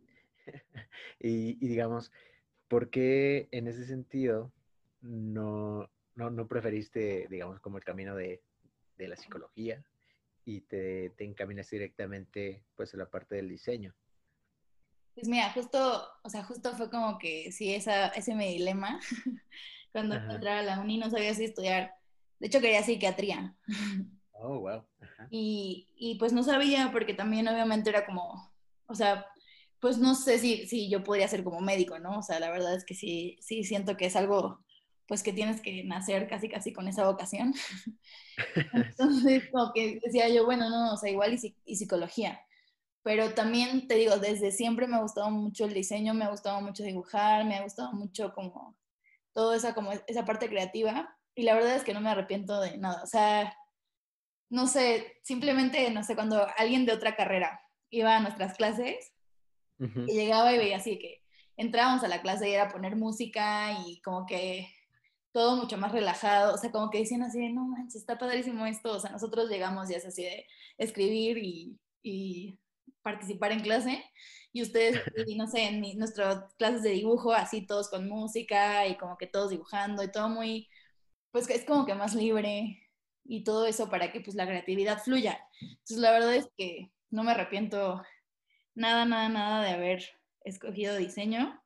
Y digamos, ¿por qué en ese sentido no preferiste, digamos, como el camino de la psicología y te encaminaste directamente pues a la parte del diseño? Pues mira, justo, o sea, justo fue como que sí, ese mi dilema. Cuando iba a Ajá. entrar a la uni no sabía si estudiar. De hecho, quería psiquiatría. Oh, wow. Ajá. Y pues no sabía, porque también obviamente era como, o sea, pues no sé si yo podría ser como médico, ¿no? O sea, la verdad es que sí, sí siento que es algo, pues que tienes que nacer casi casi con esa vocación. Sí. Entonces, como que decía yo, bueno, no, o sea, igual y psicología. Pero también te digo, desde siempre me ha gustado mucho el diseño, me ha gustado mucho dibujar, me ha gustado mucho como toda esa, como esa parte creativa. Y la verdad es que no me arrepiento de nada. O sea, no sé, simplemente, no sé, cuando alguien de otra carrera iba a nuestras clases Ujú. y llegaba y veía así que entrábamos a la clase y era poner música y como que todo mucho más relajado, o sea, como que decían así de, no manches, está padrísimo esto, o sea, nosotros llegamos y es así de escribir y participar en clase y ustedes, y no sé, en nuestras clases de dibujo, así todos con música y como que todos dibujando y todo muy, pues es como que más libre y todo eso para que pues la creatividad fluya. Entonces la verdad es que no me arrepiento nada, nada, nada de haber escogido diseño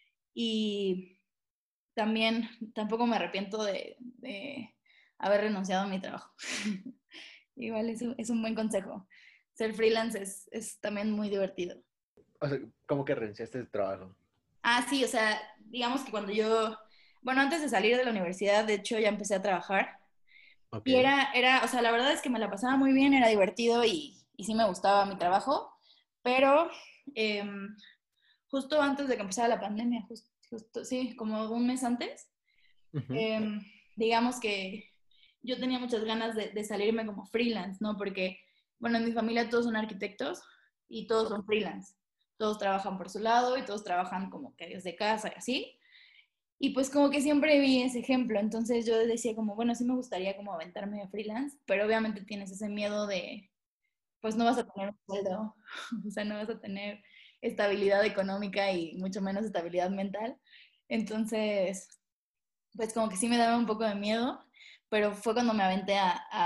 y también tampoco me arrepiento de haber renunciado a mi trabajo. Igual es un buen consejo. Ser freelance es también muy divertido. O sea, ¿cómo que renunciaste de trabajo? Ah, sí, o sea, digamos que cuando yo, bueno, antes de salir de la universidad, de hecho, ya empecé a trabajar. Ok. Y o sea, la verdad es que me la pasaba muy bien, era divertido y sí me gustaba mi trabajo, pero em, justo antes de que empezara la pandemia, justo, sí, como un mes antes, Ujú. em, digamos que yo tenía muchas ganas de salirme como freelance, ¿no? Porque, bueno, en mi familia todos son arquitectos y todos son freelance. Todos trabajan por su lado y todos trabajan como que desde casa y así. Y pues como que siempre vi ese ejemplo, entonces yo decía como, bueno, sí me gustaría como aventarme de freelance, pero obviamente tienes ese miedo de, pues no vas a tener un sueldo, o sea, no vas a tener estabilidad económica y mucho menos estabilidad mental. Entonces, pues como que sí me daba un poco de miedo, pero fue cuando me aventé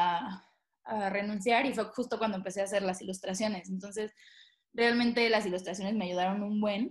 a renunciar y fue justo cuando empecé a hacer las ilustraciones. Entonces, realmente las ilustraciones me ayudaron un buen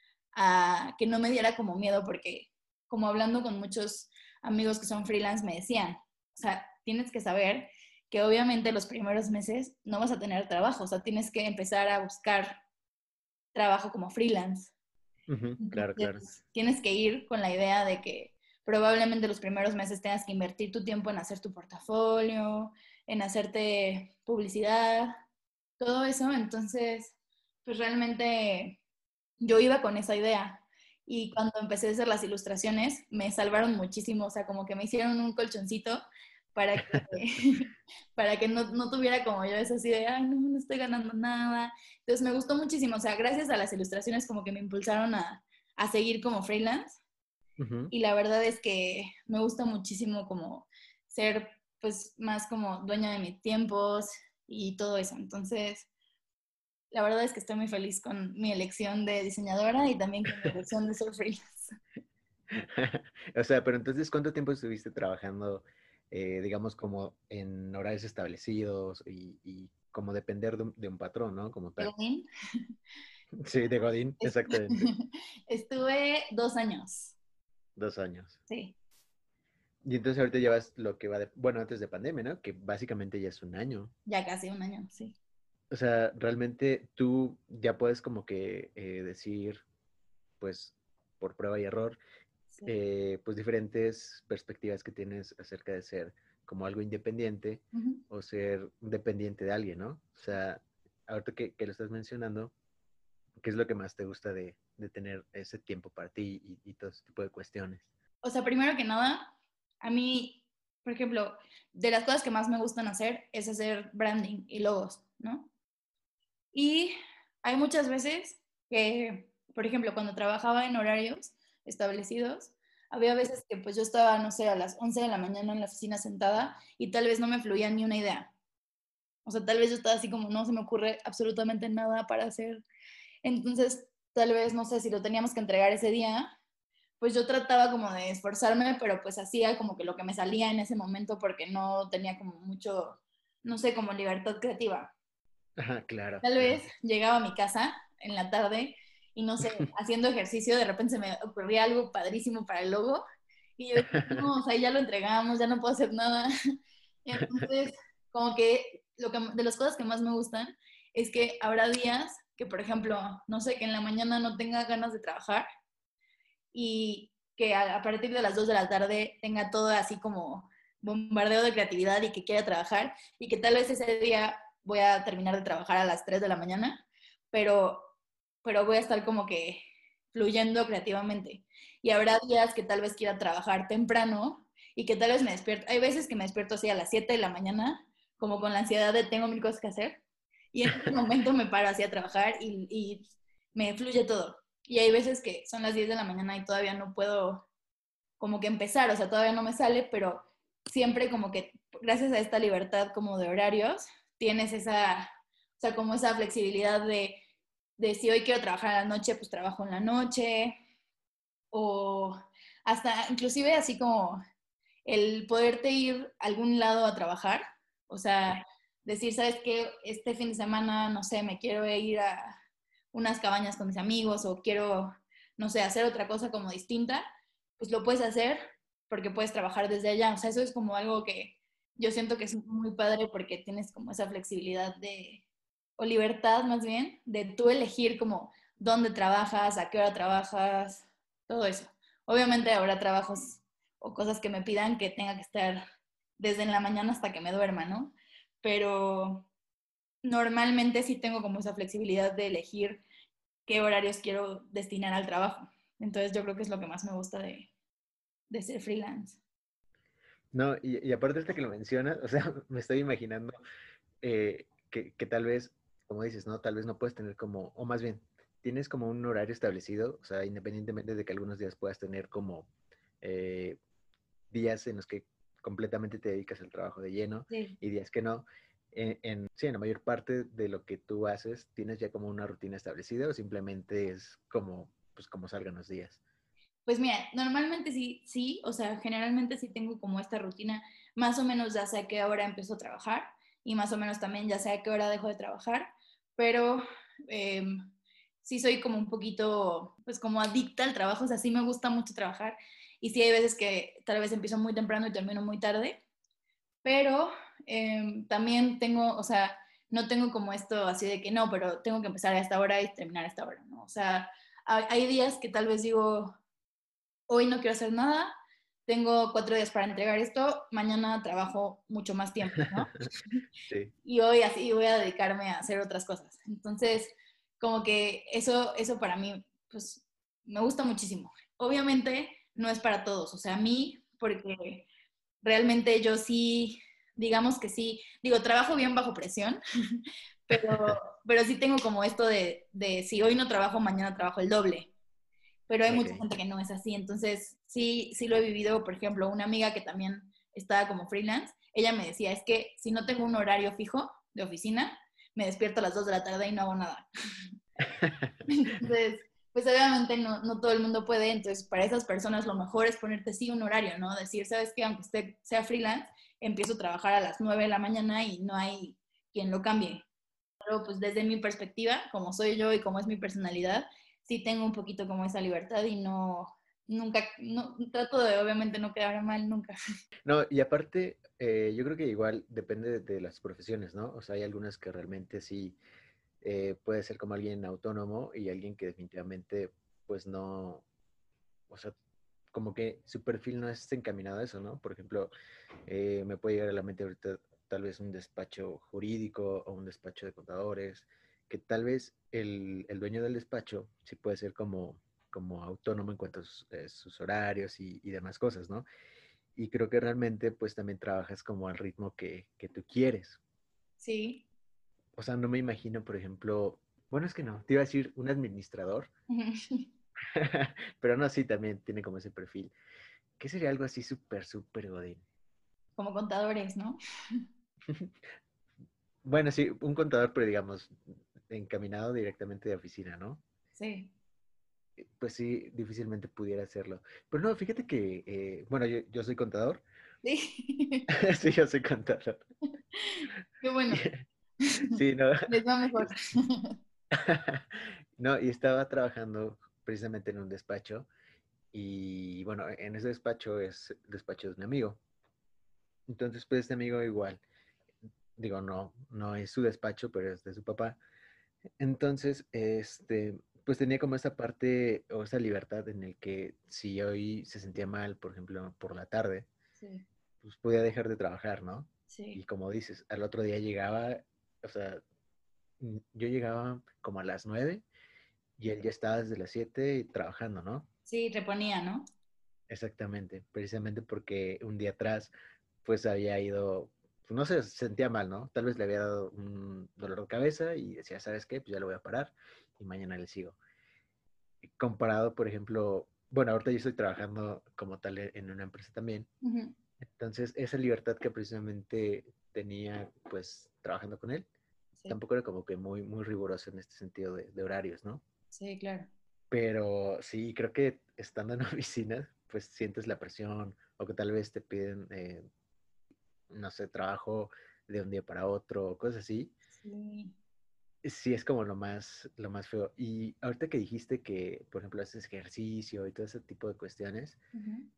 a que no me diera como miedo, porque como hablando con muchos amigos que son freelance me decían, o sea, tienes que saber que obviamente los primeros meses no vas a tener trabajo, o sea, tienes que empezar a buscar trabajo como freelance. Ujú, claro, claro. Entonces, tienes que ir con la idea de que probablemente los primeros meses tengas que invertir tu tiempo en hacer tu portafolio, en hacerte publicidad, todo eso. Entonces, pues realmente yo iba con esa idea. Y cuando empecé a hacer las ilustraciones, me salvaron muchísimo, o sea, como que me hicieron un colchoncito para que, para que no tuviera como yo esa así de, ay, no, no estoy ganando nada. Entonces me gustó muchísimo, o sea, gracias a las ilustraciones como que me impulsaron a seguir como freelance. Ujú. Y la verdad es que me gusta muchísimo como ser pues más como dueña de mis tiempos y todo eso. Entonces, la verdad es que estoy muy feliz con mi elección de diseñadora y también con mi elección de ser freelance. O sea, pero entonces, ¿cuánto tiempo estuviste trabajando, digamos, como en horarios establecidos y como depender de un patrón, ¿no? Como tal. Godín. Sí, de Godín, exactamente. Estuve 2 años, 2 años. sí, Y entonces ahorita llevas lo que va de, bueno, antes de pandemia, ¿no? Que básicamente ya es un año. ya casi un año, sí. O sea, realmente tú ya puedes como que decir, pues, por prueba y error, Sí. pues diferentes perspectivas que tienes acerca de ser como algo independiente Ujú. o ser dependiente de alguien, ¿no? O sea, ahorita que lo estás mencionando, ¿qué es lo que más te gusta de tener ese tiempo para ti y todo ese tipo de cuestiones? O sea, primero que nada, a mí, por ejemplo, de las cosas que más me gustan hacer es hacer branding y logos, ¿no? Y hay muchas veces que, por ejemplo, cuando trabajaba en horarios establecidos, había veces que pues yo estaba, no sé, a las 11 de la mañana en la oficina sentada y tal vez no me fluía ni una idea. O sea, tal vez yo estaba así como no se me ocurre absolutamente nada para hacer. Entonces, tal vez, no sé, si lo teníamos que entregar ese día, pues yo trataba como de esforzarme, pero pues hacía como que lo que me salía en ese momento porque no tenía como mucho, no sé, como libertad creativa. Ajá, claro, Tal claro. vez llegaba a mi casa en la tarde y no sé, haciendo ejercicio, de repente se me ocurría algo padrísimo para el logo y yo decía, no, o sea, ya lo entregamos, ya no puedo hacer nada. Y entonces, como que, de las cosas que más me gustan es que habrá días que, por ejemplo, no sé, que en la mañana no tenga ganas de trabajar y que a partir de las 2 de la tarde tenga todo así como bombardeo de creatividad y que quiera trabajar y que tal vez ese día voy a terminar de trabajar a las 3 de la mañana, pero, pero voy a estar como que fluyendo creativamente. Y habrá días que tal vez quiera trabajar temprano y que tal vez me despierto. Hay veces que me despierto así a las 7 de la mañana, como con la ansiedad de tengo mil cosas que hacer. Y en ese momento me paro así a trabajar y me fluye todo. Y hay veces que son las 10 de la mañana y todavía no puedo como que empezar, o sea, todavía no me sale, pero siempre como que gracias a esta libertad como de horarios, tienes esa O sea, como esa flexibilidad de si hoy quiero trabajar en la noche, pues trabajo en la noche, o hasta inclusive así como el poderte ir a algún lado a trabajar, o sea, decir, ¿sabes qué? Este fin de semana, no sé, me quiero ir a unas cabañas con mis amigos o quiero, no sé, hacer otra cosa como distinta, pues lo puedes hacer porque puedes trabajar desde allá. O sea, eso es como algo que yo siento que es muy padre porque tienes como esa flexibilidad o libertad más bien, de tú elegir como dónde trabajas, a qué hora trabajas, todo eso. Obviamente habrá trabajos o cosas que me pidan que tenga que estar desde en la mañana hasta que me duerma, ¿no? Pero normalmente sí tengo como esa flexibilidad de elegir qué horarios quiero destinar al trabajo. Entonces yo creo que es lo que más me gusta de ser freelance. No, y aparte de que lo mencionas, o sea, me estoy imaginando que tal vez, como dices, ¿no? Tal vez no puedes tener como, o más bien, tienes como un horario establecido, o sea, independientemente de que algunos días puedas tener como eh, días en los que completamente te dedicas al trabajo de lleno Sí. y días que no. Sí, en la mayor parte de lo que tú haces, ¿tienes ya como una rutina establecida o simplemente es como, pues, como salgan los días? Pues mira, normalmente sí, sí, o sea, generalmente sí tengo como esta rutina, más o menos ya sé a qué hora empiezo a trabajar y más o menos también ya sé a qué hora dejo de trabajar, pero eh, sí soy como un poquito, pues como adicta al trabajo, o sea, sí me gusta mucho trabajar y sí hay veces que tal vez empiezo muy temprano y termino muy tarde, pero también tengo, o sea, no tengo como esto así de que no, pero tengo que empezar a esta hora y terminar a esta hora, ¿no? O sea, hay días que tal vez digo hoy no quiero hacer nada, tengo 4 días para entregar esto, mañana trabajo mucho más tiempo, ¿no? Sí. Y hoy así voy a dedicarme a hacer otras cosas. Entonces, como que eso para mí, pues, me gusta muchísimo. Obviamente no es para todos, o sea, a mí, porque realmente yo sí, digamos que sí, digo, trabajo bien bajo presión, pero sí tengo como esto de si hoy no trabajo, mañana trabajo el doble, pero hay mucha Ok. gente que no es así. Entonces, sí, sí lo he vivido. Por ejemplo, una amiga que también estaba como freelance, ella me decía, es que si no tengo un horario fijo de oficina, me despierto a las 2 de la tarde y no hago nada. Entonces, pues obviamente no todo el mundo puede, entonces para esas personas lo mejor es ponerte sí un horario, ¿no? Decir, sabes que aunque usted sea freelance, empiezo a trabajar a las 9 de la mañana y no hay quien lo cambie. Pero pues desde mi perspectiva, como soy yo y como es mi personalidad, sí tengo un poquito como esa libertad y nunca, no, trato de obviamente no quedar mal nunca. No, y aparte, yo creo que igual depende de las profesiones, ¿no? O sea, hay algunas que realmente sí puede ser como alguien autónomo y alguien que definitivamente, pues no, o sea, como que su perfil no es encaminado a eso, ¿no? Por ejemplo, me puede llegar a la mente ahorita tal vez un despacho jurídico o un despacho de contadores, que tal vez el dueño del despacho sí puede ser como autónomo en cuanto a sus horarios y demás cosas, ¿no? Y creo que realmente pues también trabajas como al ritmo que tú quieres. Sí. O sea, no me imagino, por ejemplo, bueno, es que no, te iba a decir un administrador, pero no, sí, también tiene como ese perfil. ¿Qué sería algo así súper, súper godín? Como contadores, ¿no? Bueno, sí, un contador, pero digamos, encaminado directamente de oficina, ¿no? Sí. Pues sí, difícilmente pudiera hacerlo. Pero no, fíjate que, bueno, yo soy contador. Sí. Sí, yo soy contador. Qué bueno. Sí, no. Les va mejor. No, y estaba trabajando precisamente en un despacho. Y bueno, en ese despacho es el despacho de un amigo. Entonces, pues este amigo igual, digo, no es su despacho, pero es de su papá. Entonces, pues tenía como esa parte o esa libertad en el que si hoy se sentía mal, por ejemplo, por la tarde, Sí, pues podía dejar de trabajar, ¿no? Y sí. como dices, al otro día llegaba, o sea, yo llegaba como a las 9 y él ya estaba desde las 7 trabajando, ¿no? Sí, reponía, ¿no? Exactamente, precisamente porque un día atrás, pues había ido, pues, no sé, se sentía mal, ¿no? Tal vez le había dado un dolor de cabeza y decía, ¿sabes qué? Pues ya lo voy a parar y mañana le sigo. Comparado, por ejemplo, bueno, ahorita yo estoy trabajando como tal en una empresa también. Ujú. Entonces, esa libertad que precisamente tenía, pues, trabajando con él, Sí, tampoco era como que muy, muy riguroso en este sentido de horarios, ¿no? sí, claro. Pero sí, creo que estando en oficina, pues sientes la presión o que tal vez te piden, no sé, trabajo de un día para otro o cosas así. Sí. Sí, es como lo más feo. Y ahorita que dijiste que, por ejemplo, haces ejercicio y todo ese tipo de cuestiones, Ujú.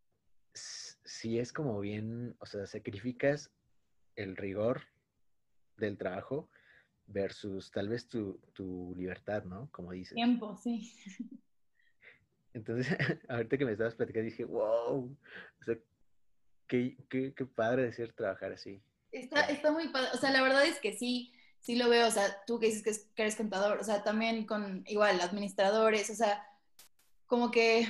sí es como bien, o sea, sacrificas el rigor del trabajo versus tal vez tu libertad, ¿no? Como dices. Tiempo, sí. Entonces, ahorita que me estabas platicando, dije, wow, o sea, qué padre decir trabajar así. Está muy padre. O sea, la verdad es que sí, sí lo veo. O sea, tú que dices que eres contador, o sea, también con igual administradores, o sea, como que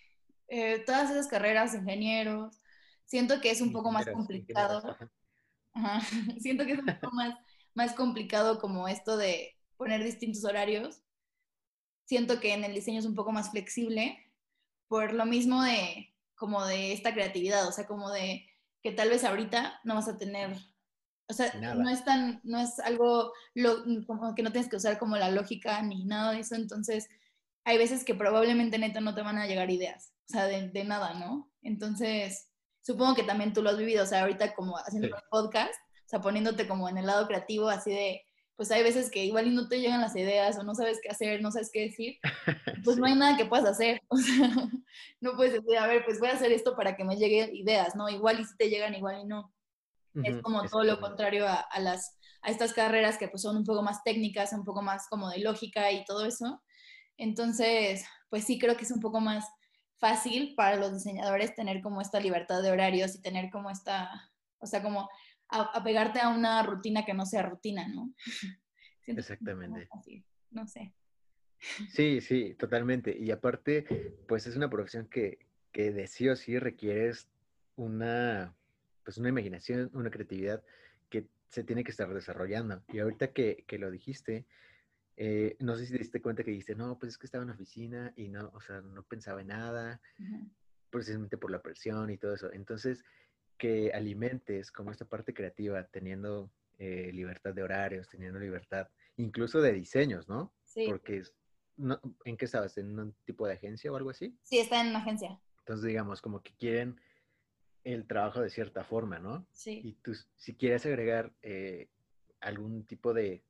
todas esas carreras, ingenieros, siento que es un poco más Ingenieras, complicado. ajá. Ajá. Siento que es un poco más complicado como esto de poner distintos horarios. Siento que en el diseño es un poco más flexible por lo mismo de como de esta creatividad, o sea, como de que tal vez ahorita no vas a tener, o sea, Nada. no es algo como que no tienes que usar como la lógica ni nada de eso, entonces hay veces que probablemente neta no te van a llegar ideas, o sea, de nada, ¿no? Entonces, supongo que también tú lo has vivido, o sea, ahorita como haciendo Sí. los podcasts, o sea, poniéndote como en el lado creativo, así de, pues hay veces que igual y no te llegan las ideas o no sabes qué hacer, no sabes qué decir, pues no hay Sí. nada que puedas hacer. O sea, no puedes decir, a ver, pues voy a hacer esto para que me lleguen ideas, ¿no? Igual y si te llegan, igual y no. Es Ujú, como todo lo exactamente. contrario a estas carreras que pues son un poco más técnicas, un poco más como de lógica y todo eso. Entonces, pues sí creo que es un poco más fácil para los diseñadores tener como esta libertad de horarios y tener como esta, o sea, como apegarte a una rutina que no sea rutina, ¿no? Siento que es un poco más Exactamente. fácil, no sé. Sí, sí, totalmente. Y aparte, pues es una profesión que de sí o sí requieres una, pues una imaginación, una creatividad que se tiene que estar desarrollando. Y ahorita que lo dijiste, no sé si te diste cuenta que dijiste, no, pues es que estaba en la oficina y no, o sea, no pensaba en nada, Ujú. precisamente por la presión y todo eso. Entonces, que alimentes como esta parte creativa, teniendo libertad de horarios, teniendo libertad incluso de diseños, ¿no? Sí, Porque no, ¿en qué estabas? ¿En un tipo de agencia o algo así? sí, está en una agencia. Entonces, digamos, como que quieren el trabajo de cierta forma, ¿no? Sí. Y tú, si quieres agregar algún tipo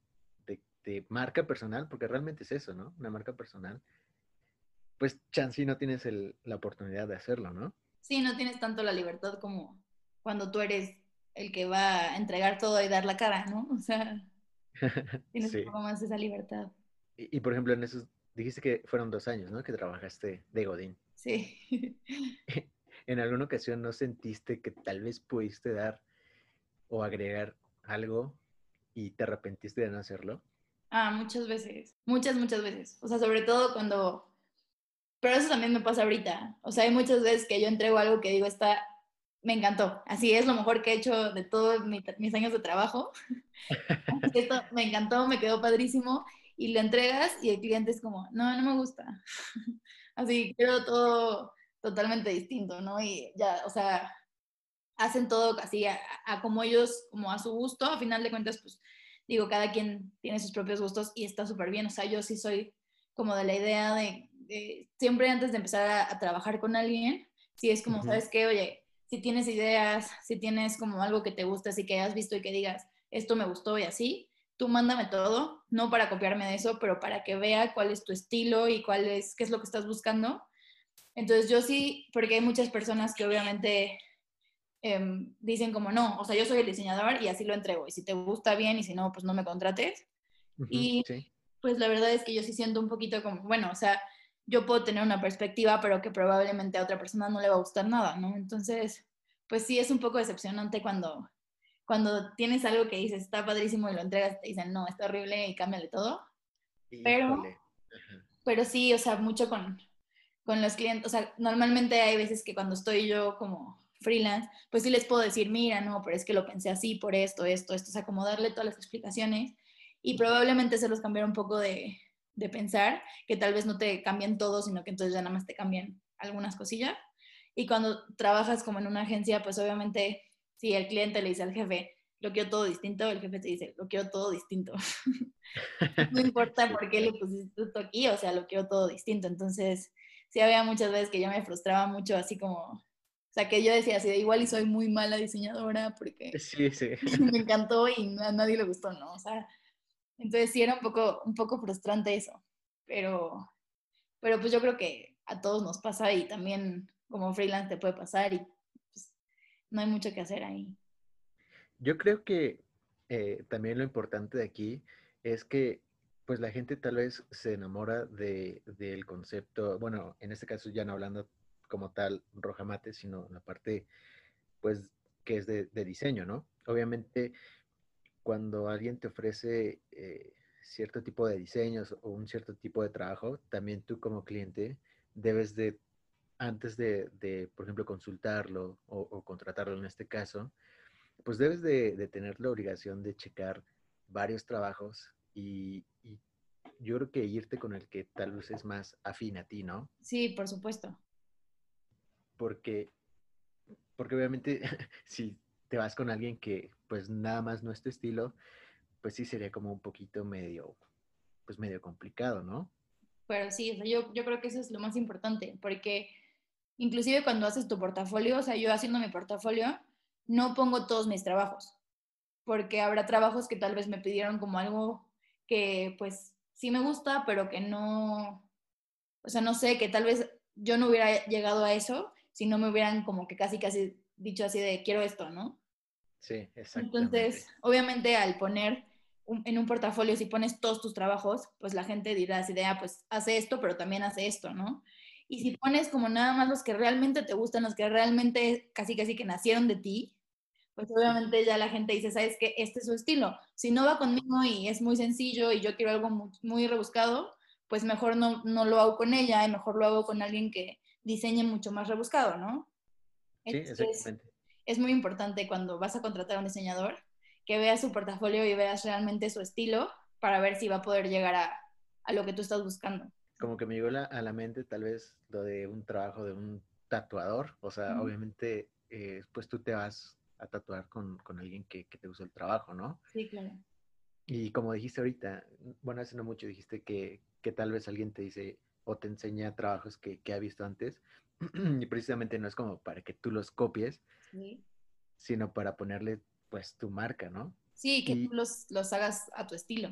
de marca personal, porque realmente es eso, ¿no? Una marca personal, pues chance y no tienes la oportunidad de hacerlo, ¿no? Sí, no tienes tanto la libertad como cuando tú eres el que va a entregar todo y dar la cara, ¿no? O sea, tienes un Sí. poco más esa libertad. Y, por ejemplo, en esos, dijiste que fueron 2 años, ¿no? Que trabajaste de Godín. Sí. ¿En alguna ocasión no sentiste que tal vez pudiste dar o agregar algo y te arrepentiste de no hacerlo? Ah, muchas veces. Muchas veces. O sea, sobre todo cuando... Pero eso también me pasa ahorita. O sea, hay muchas veces que yo entrego algo que digo, está... Me encantó. Así es lo mejor que he hecho de todos mis años de trabajo. Esto me encantó, me quedó padrísimo. Y lo entregas y el cliente es como, no, no me gusta. Así, quiero todo totalmente distinto, ¿no? Y ya, o sea, hacen todo así a como ellos, como a su gusto. A final de cuentas, pues digo, cada quien tiene sus propios gustos y está súper bien. O sea, yo sí soy como de la idea de siempre antes de empezar a trabajar con alguien, sí es como, Ujú. ¿sabes qué? Oye, si tienes ideas, si tienes como algo que te gusta, así que has visto y que digas, esto me gustó y así, tú mándame todo, no para copiarme de eso, pero para que vea cuál es tu estilo y qué es lo que estás buscando. Entonces yo sí, porque hay muchas personas que obviamente dicen como no, o sea, yo soy el diseñador y así lo entrego, y si te gusta bien y si no, pues no me contrates. Ujú, Y sí. pues la verdad es que yo sí siento un poquito como, bueno, o sea, yo puedo tener una perspectiva, pero que probablemente a otra persona no le va a gustar nada, ¿no? Entonces, pues sí es un poco decepcionante cuando tienes algo que dices está padrísimo y lo entregas y te dicen no, está horrible y cámbiale todo, pero, Híjole. Ajá. pero sí, o sea, mucho con los clientes, o sea, normalmente hay veces que cuando estoy yo como freelance, pues sí les puedo decir, mira, no, pero es que lo pensé así por esto, o sea, como darle todas las explicaciones y probablemente se los cambiar un poco de pensar, que tal vez no te cambian todo, sino que entonces ya nada más te cambian algunas cosillas. Y cuando trabajas como en una agencia, pues obviamente si el cliente le dice al jefe, lo quiero todo distinto, el jefe te dice, lo quiero todo distinto. No importa Sí, por qué le pusiste esto aquí, o sea, lo quiero todo distinto. Entonces, sí había muchas veces que yo me frustraba mucho, así como, o sea, que yo decía así de igual y soy muy mala diseñadora porque sí, sí. me encantó y a nadie le gustó, ¿no? O sea, entonces sí era un poco frustrante eso, pero, pero pues yo creo que a todos nos pasa y también como freelance te puede pasar y pues no hay mucho que hacer ahí. Yo creo que también lo importante de aquí es que pues la gente tal vez se enamora del concepto, bueno, en este caso ya no hablando como tal roja mate, sino la parte pues que es de diseño, ¿no? Obviamente cuando alguien te ofrece cierto tipo de diseños o un cierto tipo de trabajo, también tú como cliente debes de, antes de por ejemplo, consultarlo o contratarlo en este caso, pues debes de tener la obligación de checar varios trabajos y yo creo que irte con el que tal vez es más afín a ti, ¿no? Sí, por supuesto. Porque, porque obviamente si te vas con alguien que pues nada más no es tu estilo, pues sí sería como un poquito medio, pues medio complicado, ¿no? Pero sí, o sea, yo creo que eso es lo más importante, porque inclusive cuando haces tu portafolio, o sea, yo haciendo mi portafolio, no pongo todos mis trabajos, porque habrá trabajos que tal vez me pidieron como algo que pues sí me gusta, pero que no, o sea, no sé, que tal vez yo no hubiera llegado a eso si no me hubieran como que casi casi dicho así de quiero esto, ¿no? Sí, Entonces, exactamente. obviamente al poner en un portafolio, si pones todos tus trabajos, pues la gente dirá así de, ah, pues hace esto, pero también hace esto, ¿no? Y si pones como nada más los que realmente te gustan, los que realmente casi casi que nacieron de ti, pues obviamente ya la gente dice, ¿sabes qué? Este es su estilo. Si no va conmigo y es muy sencillo y yo quiero algo muy, muy rebuscado, pues mejor no lo hago con ella y mejor lo hago con alguien que diseñe mucho más rebuscado, ¿no? Sí, Entonces, exactamente. es muy importante cuando vas a contratar a un diseñador que veas su portafolio y veas realmente su estilo para ver si va a poder llegar a lo que tú estás buscando. Como que me llegó a la mente tal vez lo de un trabajo de un tatuador, o sea, Ujú. obviamente pues tú te vas a tatuar con alguien que te usó el trabajo, ¿no? Sí, claro. Y como dijiste ahorita, bueno, hace no mucho dijiste que tal vez alguien te dice o te enseña trabajos que ha visto antes, y precisamente no es como para que tú los copies, Sí, sino para ponerle pues tu marca, ¿no? sí, que tú Y, los hagas a tu estilo.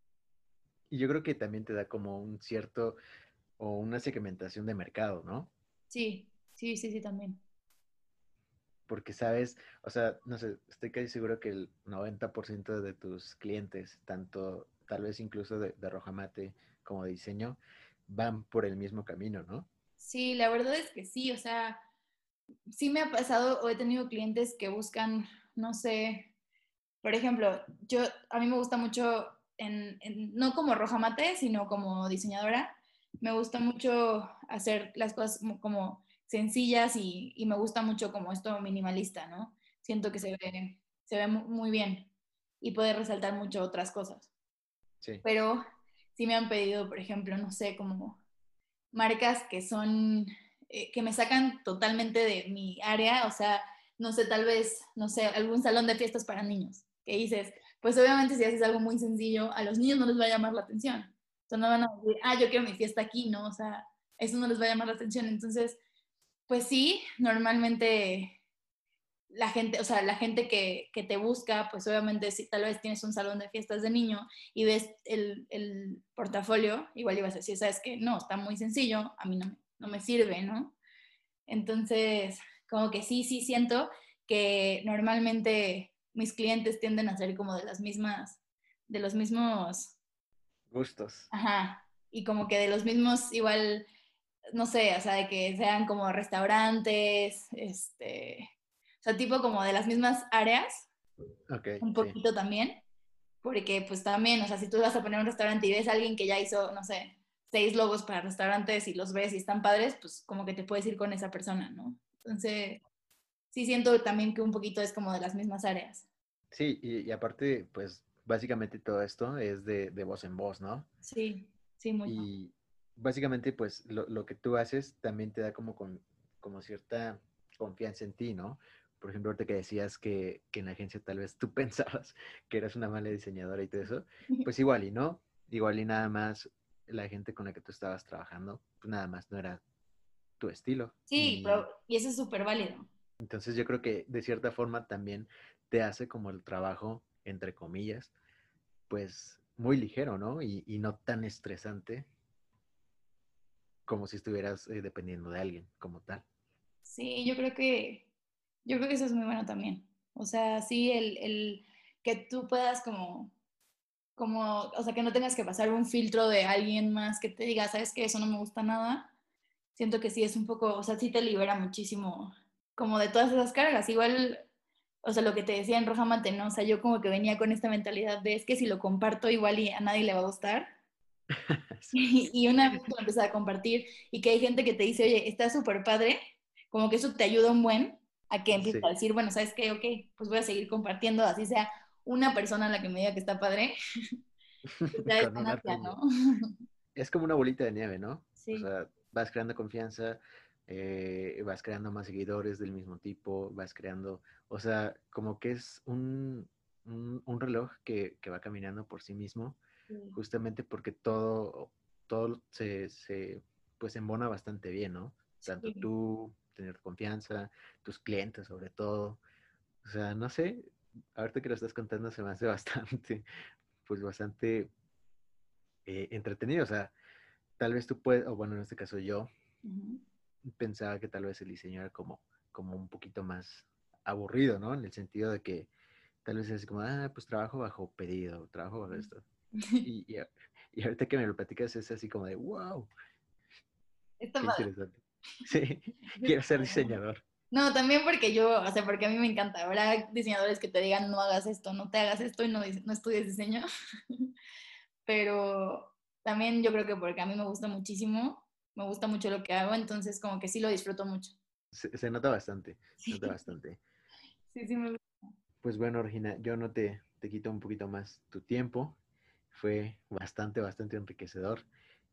y yo creo que también te da como un cierto o una segmentación de mercado, ¿no? Sí, sí, sí, sí, también. Porque sabes, o sea, no sé, estoy casi seguro que el 90% de tus clientes, tanto tal vez incluso de Rojamate como de diseño, van por el mismo camino, ¿no? Sí, la verdad es que sí, o sea, sí me ha pasado o he tenido clientes que buscan, no sé, por ejemplo, a mí me gusta mucho, no como roja mate, sino como diseñadora, me gusta mucho hacer las cosas como sencillas y me gusta mucho como esto minimalista, ¿no? Siento que se ve muy bien y puede resaltar mucho otras cosas. Sí, Pero sí me han pedido, por ejemplo, no sé, como marcas que son, que me sacan totalmente de mi área, o sea, no sé, tal vez, no sé, algún salón de fiestas para niños, que dices, pues obviamente si haces algo muy sencillo, a los niños no les va a llamar la atención. O sea, no van a decir, ah, yo quiero mi fiesta aquí, ¿no? O sea, eso no les va a llamar la atención. Entonces, pues sí, normalmente la gente, o sea, la gente que te busca, pues obviamente si tal vez tienes un salón de fiestas de niño y ves el portafolio, igual ibas a decir, sabes que no, está muy sencillo, a mí no me sirve, ¿no? Entonces, como que sí, sí siento que normalmente mis clientes tienden a ser como de las mismas, de los mismos, gustos. ajá, y como que de los mismos igual, no sé, o sea, de que sean como restaurantes, o sea, tipo como de las mismas áreas, Ok, un sí, poquito también, porque pues también, o sea, si tú vas a poner un restaurante y ves a alguien que ya hizo, no sé, 6 logos para restaurantes y los ves y están padres, pues como que te puedes ir con esa persona, ¿no? Entonces, sí siento también que un poquito es como de las mismas áreas. sí, y aparte, pues básicamente todo esto es de voz en voz, ¿no? Sí, sí, mucho. Y básicamente, pues lo que tú haces también te da como, como cierta confianza en ti, ¿no? por ejemplo, ahorita que decías que en la agencia tal vez tú pensabas que eras una mala diseñadora y todo eso, pues igual y no, igual y nada más la gente con la que tú estabas trabajando, pues nada más no era tu estilo. Sí, pero, y eso es súper válido. Entonces yo creo que de cierta forma también te hace como el trabajo, entre comillas, pues muy ligero, ¿no? Y no tan estresante como si estuvieras dependiendo de alguien como tal. Sí, yo creo que eso es muy bueno también. O sea, sí, el que tú puedas o sea, que no tengas que pasar un filtro de alguien más que te diga, sabes que eso no me gusta nada. Siento que sí es un poco, o sea, sí te libera muchísimo como de todas esas cargas. Igual, o sea, lo que te decía en Roja Mate, ¿no? O sea, yo como que venía con esta mentalidad de es que si lo comparto igual y a nadie le va a gustar. Sí, Y una vez que lo empiezas a compartir y que hay gente que te dice, oye, está súper padre, como que eso te ayuda un buen a que empieces a sí, decir, bueno, ¿sabes qué? Ok, pues voy a seguir compartiendo, así sea una persona a la que me diga que está padre, pues ya es con una ganancia, tuya. ¿no? Es como una bolita de nieve, ¿no? O Sí, sea, vas creando confianza, vas creando más seguidores del mismo tipo, vas creando, o sea, como que es un reloj que va caminando por sí mismo, sí, justamente porque todo pues embona bastante bien, ¿no? Tanto sí. tú, tener confianza, tus clientes sobre todo. O sea, no sé, ahorita que lo estás contando se me hace bastante, pues bastante entretenido. O sea, tal vez tú puedes, o bueno, en este caso yo, Ujú. pensaba que tal vez el diseño era como un poquito más aburrido, ¿no? En el sentido de que tal vez es así como, pues trabajo bajo pedido, trabajo bajo esto. Y ahorita que me lo platicas es así como de, wow, Está qué padre. interesante. Sí, Sí, quiero está ser padre. diseñador. No, también porque yo, o sea, porque a mí me encanta. Habrá diseñadores que te digan no hagas esto, no te hagas esto y no, no estudies diseño. Pero también yo creo que porque a mí me gusta mucho lo que hago, entonces como que sí lo disfruto mucho. Se nota bastante, se Sí, nota bastante. sí, sí me gusta. Pues bueno, Regina, yo no te quito un poquito más tu tiempo. Fue bastante, bastante enriquecedor.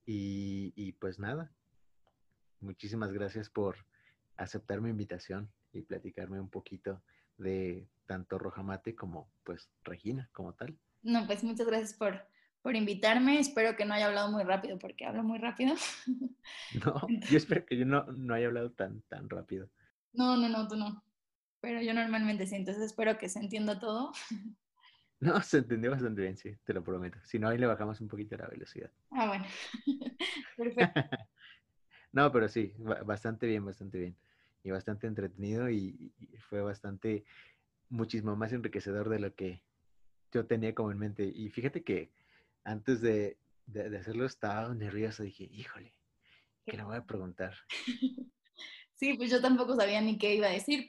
Y pues nada, muchísimas gracias por aceptar mi invitación y platicarme un poquito de tanto Rojamate como pues Regina como tal. No, pues muchas gracias por invitarme. Espero que no haya hablado muy rápido porque hablo muy rápido. No, yo espero que yo no haya hablado tan rápido. No, no, no, tú no. Pero yo normalmente sí, entonces espero que se entienda todo. No, se entendió bastante bien, sí, te lo prometo. Si no, ahí le bajamos un poquito la velocidad. Ah, bueno. Perfecto. No, pero sí, bastante bien, bastante bien. Y bastante entretenido y fue bastante, muchísimo más enriquecedor de lo que yo tenía como en mente. Y fíjate que antes de hacerlo estaba nervioso. Dije, híjole, ¿qué le voy a preguntar? Sí, pues yo tampoco sabía ni qué iba a decir,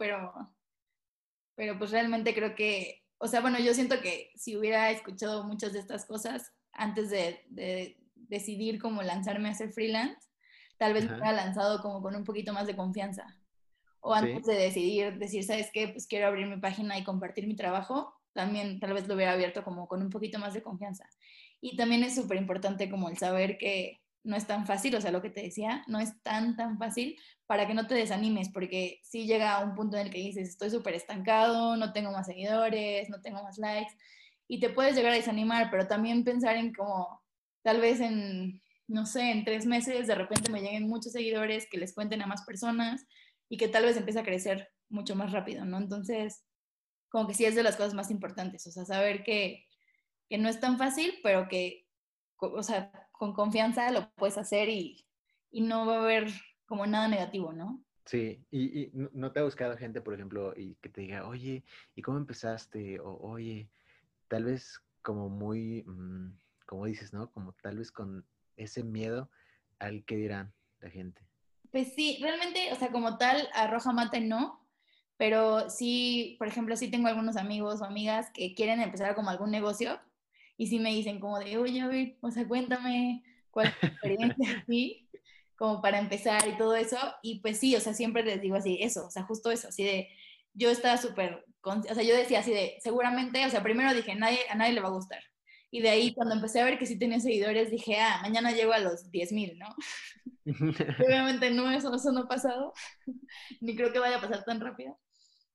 pero pues realmente creo que, o sea, bueno, yo siento que si hubiera escuchado muchas de estas cosas antes de decidir cómo lanzarme a ser freelance, tal vez me Ajá, hubiera lanzado como con un poquito más de confianza. O antes sí, de decidir, decir, ¿sabes qué? Pues quiero abrir mi página y compartir mi trabajo, también tal vez lo hubiera abierto como con un poquito más de confianza. Y también es súper importante como el saber que no es tan fácil, o sea, lo que te decía, no es tan fácil para que no te desanimes, porque si llega a un punto en el que dices, estoy súper estancado, no tengo más seguidores, no tengo más likes, y te puedes llegar a desanimar, pero también pensar en como, tal vez en, no sé, en 3 meses de repente me lleguen muchos seguidores, que les cuenten a más personas y que tal vez empiece a crecer mucho más rápido, ¿no? Entonces, como que sí es de las cosas más importantes, o sea, saber que no es tan fácil, pero que, o sea, con confianza lo puedes hacer y no va a haber como nada negativo, ¿no? sí. Y no te ha buscado gente, por ejemplo, y que te diga, oye, ¿y cómo empezaste? O, oye, tal vez como muy, como dices, ¿no? Como tal vez con ese miedo al que dirán la gente. Pues sí, realmente, o sea, como tal, a Roja Mate no, pero sí, por ejemplo, sí tengo algunos amigos o amigas que quieren empezar como algún negocio y sí me dicen como de, oye, a ver, o sea, cuéntame cuál es tu experiencia aquí, como para empezar y todo eso. Y pues sí, o sea, siempre les digo así, eso, o sea, justo eso, así de, yo estaba súper, o sea, yo decía así de, seguramente, o sea, primero dije, a nadie le va a gustar. Y de ahí, cuando empecé a ver que sí tenía seguidores, dije, mañana llego a los 10,000, ¿no? Obviamente no, eso no ha pasado, ni creo que vaya a pasar tan rápido,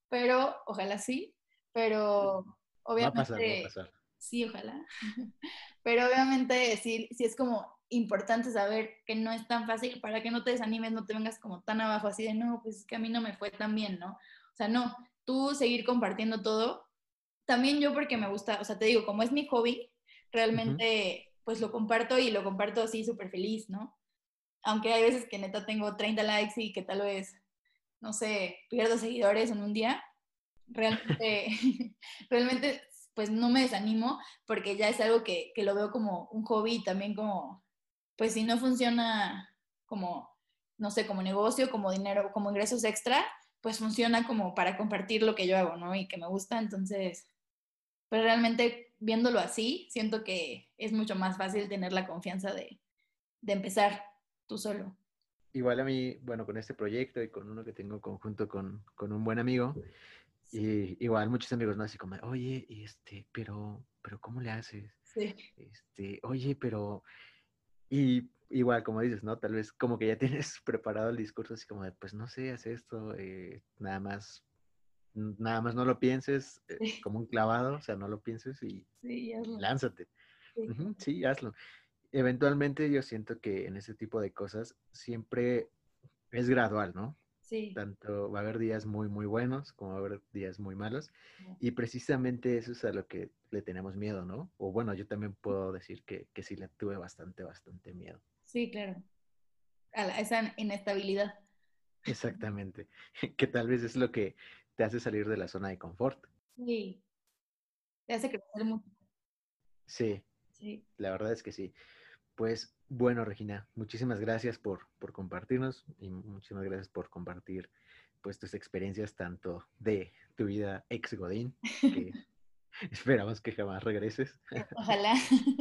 pero ojalá sí, pero obviamente, Va a pasar. sí, ojalá, pero obviamente sí es como importante saber que no es tan fácil para que no te desanimes, no te vengas como tan abajo así de, no, pues es que a mí no me fue tan bien, ¿no? O sea, no, tú seguir compartiendo todo. También yo porque me gusta, o sea, te digo, como es mi hobby, Ujú. realmente pues lo comparto y lo comparto así súper feliz, ¿no? Aunque hay veces que neta tengo 30 likes y que tal vez, no sé, pierdo seguidores en un día, realmente, realmente pues no me desanimo porque ya es algo que lo veo como un hobby y también como, pues si no funciona como, no sé, como negocio, como dinero, como ingresos extra, pues funciona como para compartir lo que yo hago, ¿no? Y que me gusta, entonces, pues realmente viéndolo así, siento que es mucho más fácil tener la confianza de empezar tú solo. Igual a mí, bueno, con este proyecto y con uno que tengo conjunto con un buen amigo, y igual muchos amigos, ¿no? Así como, oye, pero ¿cómo le haces? Sí, Oye, pero, y igual, como dices, ¿no? Tal vez como que ya tienes preparado el discurso, así como de, pues no sé, haz esto, nada más no lo pienses sí, como un clavado, o sea, no lo pienses sí, y hazlo. lánzate. Sí, Ujú, sí, hazlo. Eventualmente yo siento que en ese tipo de cosas siempre es gradual, ¿no? sí. Tanto va a haber días muy, muy buenos como va a haber días muy malos. Y precisamente eso es a lo que le tenemos miedo, ¿no? O bueno, yo también puedo decir que sí le tuve bastante, bastante miedo. Sí, claro. Esa inestabilidad. Exactamente. Que tal vez es lo que te hace salir de la zona de confort. Sí, te hace crecer mucho. Sí, Sí. la verdad es que sí. Pues bueno, Regina, muchísimas gracias por compartirnos y muchísimas gracias por compartir pues tus experiencias tanto de tu vida ex Godín, que esperamos que jamás regreses, Ojalá.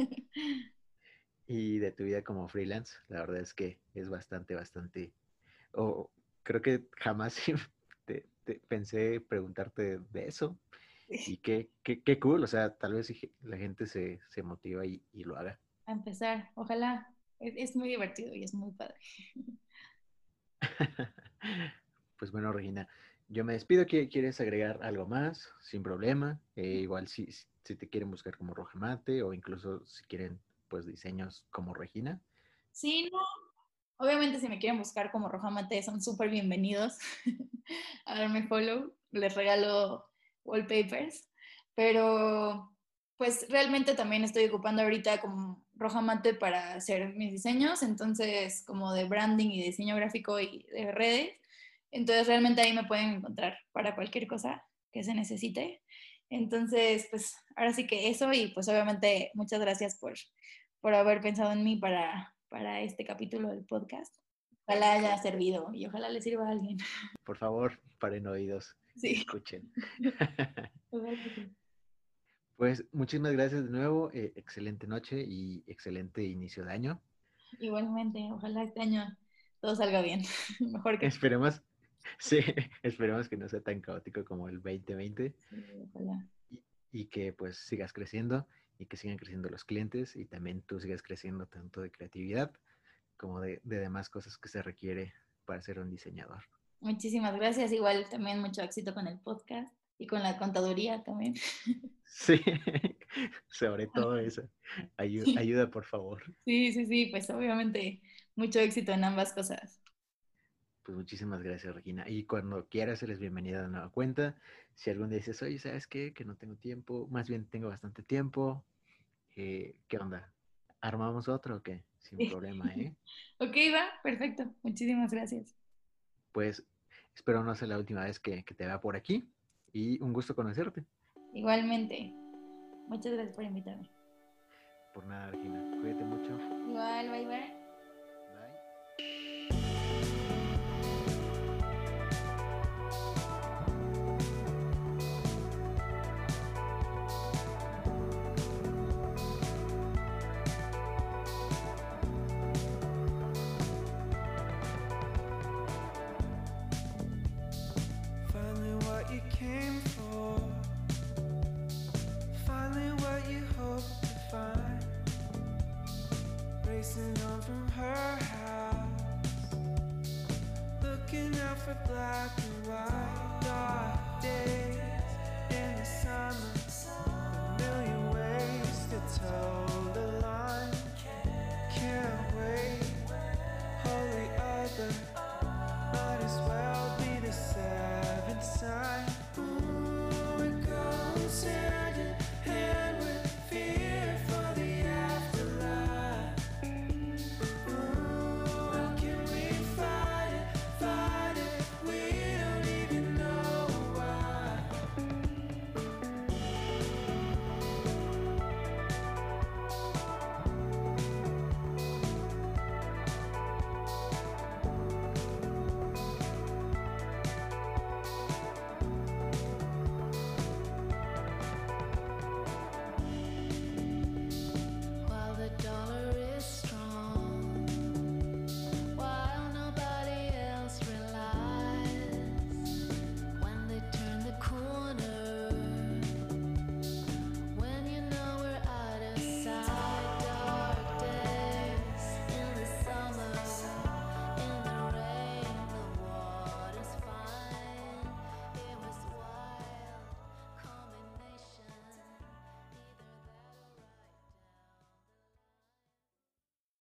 y de tu vida como freelance. La verdad es que es bastante, bastante, o creo que jamás pensé preguntarte de eso y qué cool, o sea, tal vez la gente se motiva y lo haga. A empezar, ojalá. Es muy divertido y es muy padre. Pues bueno, Regina, yo me despido. ¿Quieres agregar algo más? Sin problema. Igual si te quieren buscar como Rojamate o incluso si quieren pues diseños como Regina. Sí, no. Obviamente si me quieren buscar como Roja Mate son súper bienvenidos a darme follow. Les regalo wallpapers. Pero pues realmente también estoy ocupando ahorita como Roja Mate para hacer mis diseños. Entonces como de branding y diseño gráfico y de redes. Entonces realmente ahí me pueden encontrar para cualquier cosa que se necesite. Entonces pues ahora sí que eso y pues obviamente muchas gracias por haber pensado en mí para este capítulo del podcast. Ojalá haya servido y ojalá le sirva a alguien. Por favor, paren oídos y Sí, escuchen. ojalá sí. Pues muchísimas gracias de nuevo. Excelente noche y excelente inicio de año. Igualmente, ojalá este año todo salga bien. Mejor que... Esperemos, sí, esperemos que no sea tan caótico como el 2020 Sí, ojalá. y, y que pues sigas creciendo y que sigan creciendo los clientes y también tú sigas creciendo tanto de creatividad como de demás cosas que se requiere para ser un diseñador. Muchísimas gracias. Igual también mucho éxito con el podcast y con la contaduría también. Sí, sobre todo eso. Sí, Ayuda, por favor. sí, sí, sí, pues obviamente mucho éxito en ambas cosas. Pues muchísimas gracias, Regina. Y cuando quieras, eres bienvenida a nueva cuenta. Si algún día dices, oye, ¿sabes qué? Que no tengo tiempo, más bien tengo bastante tiempo. ¿Qué onda? ¿Armamos otro o qué? Sin Sí. problema, ¿eh? Ok, va, perfecto. Muchísimas gracias. Pues espero no sea la última vez que te vea por aquí y un gusto conocerte. Igualmente. Muchas gracias por invitarme. Por nada, Regina. Cuídate mucho. Igual, bye bye. Bye. Finally what you came for, finally what you hoped to find, racing on from for black and white, dark days in the summer, a million ways to tell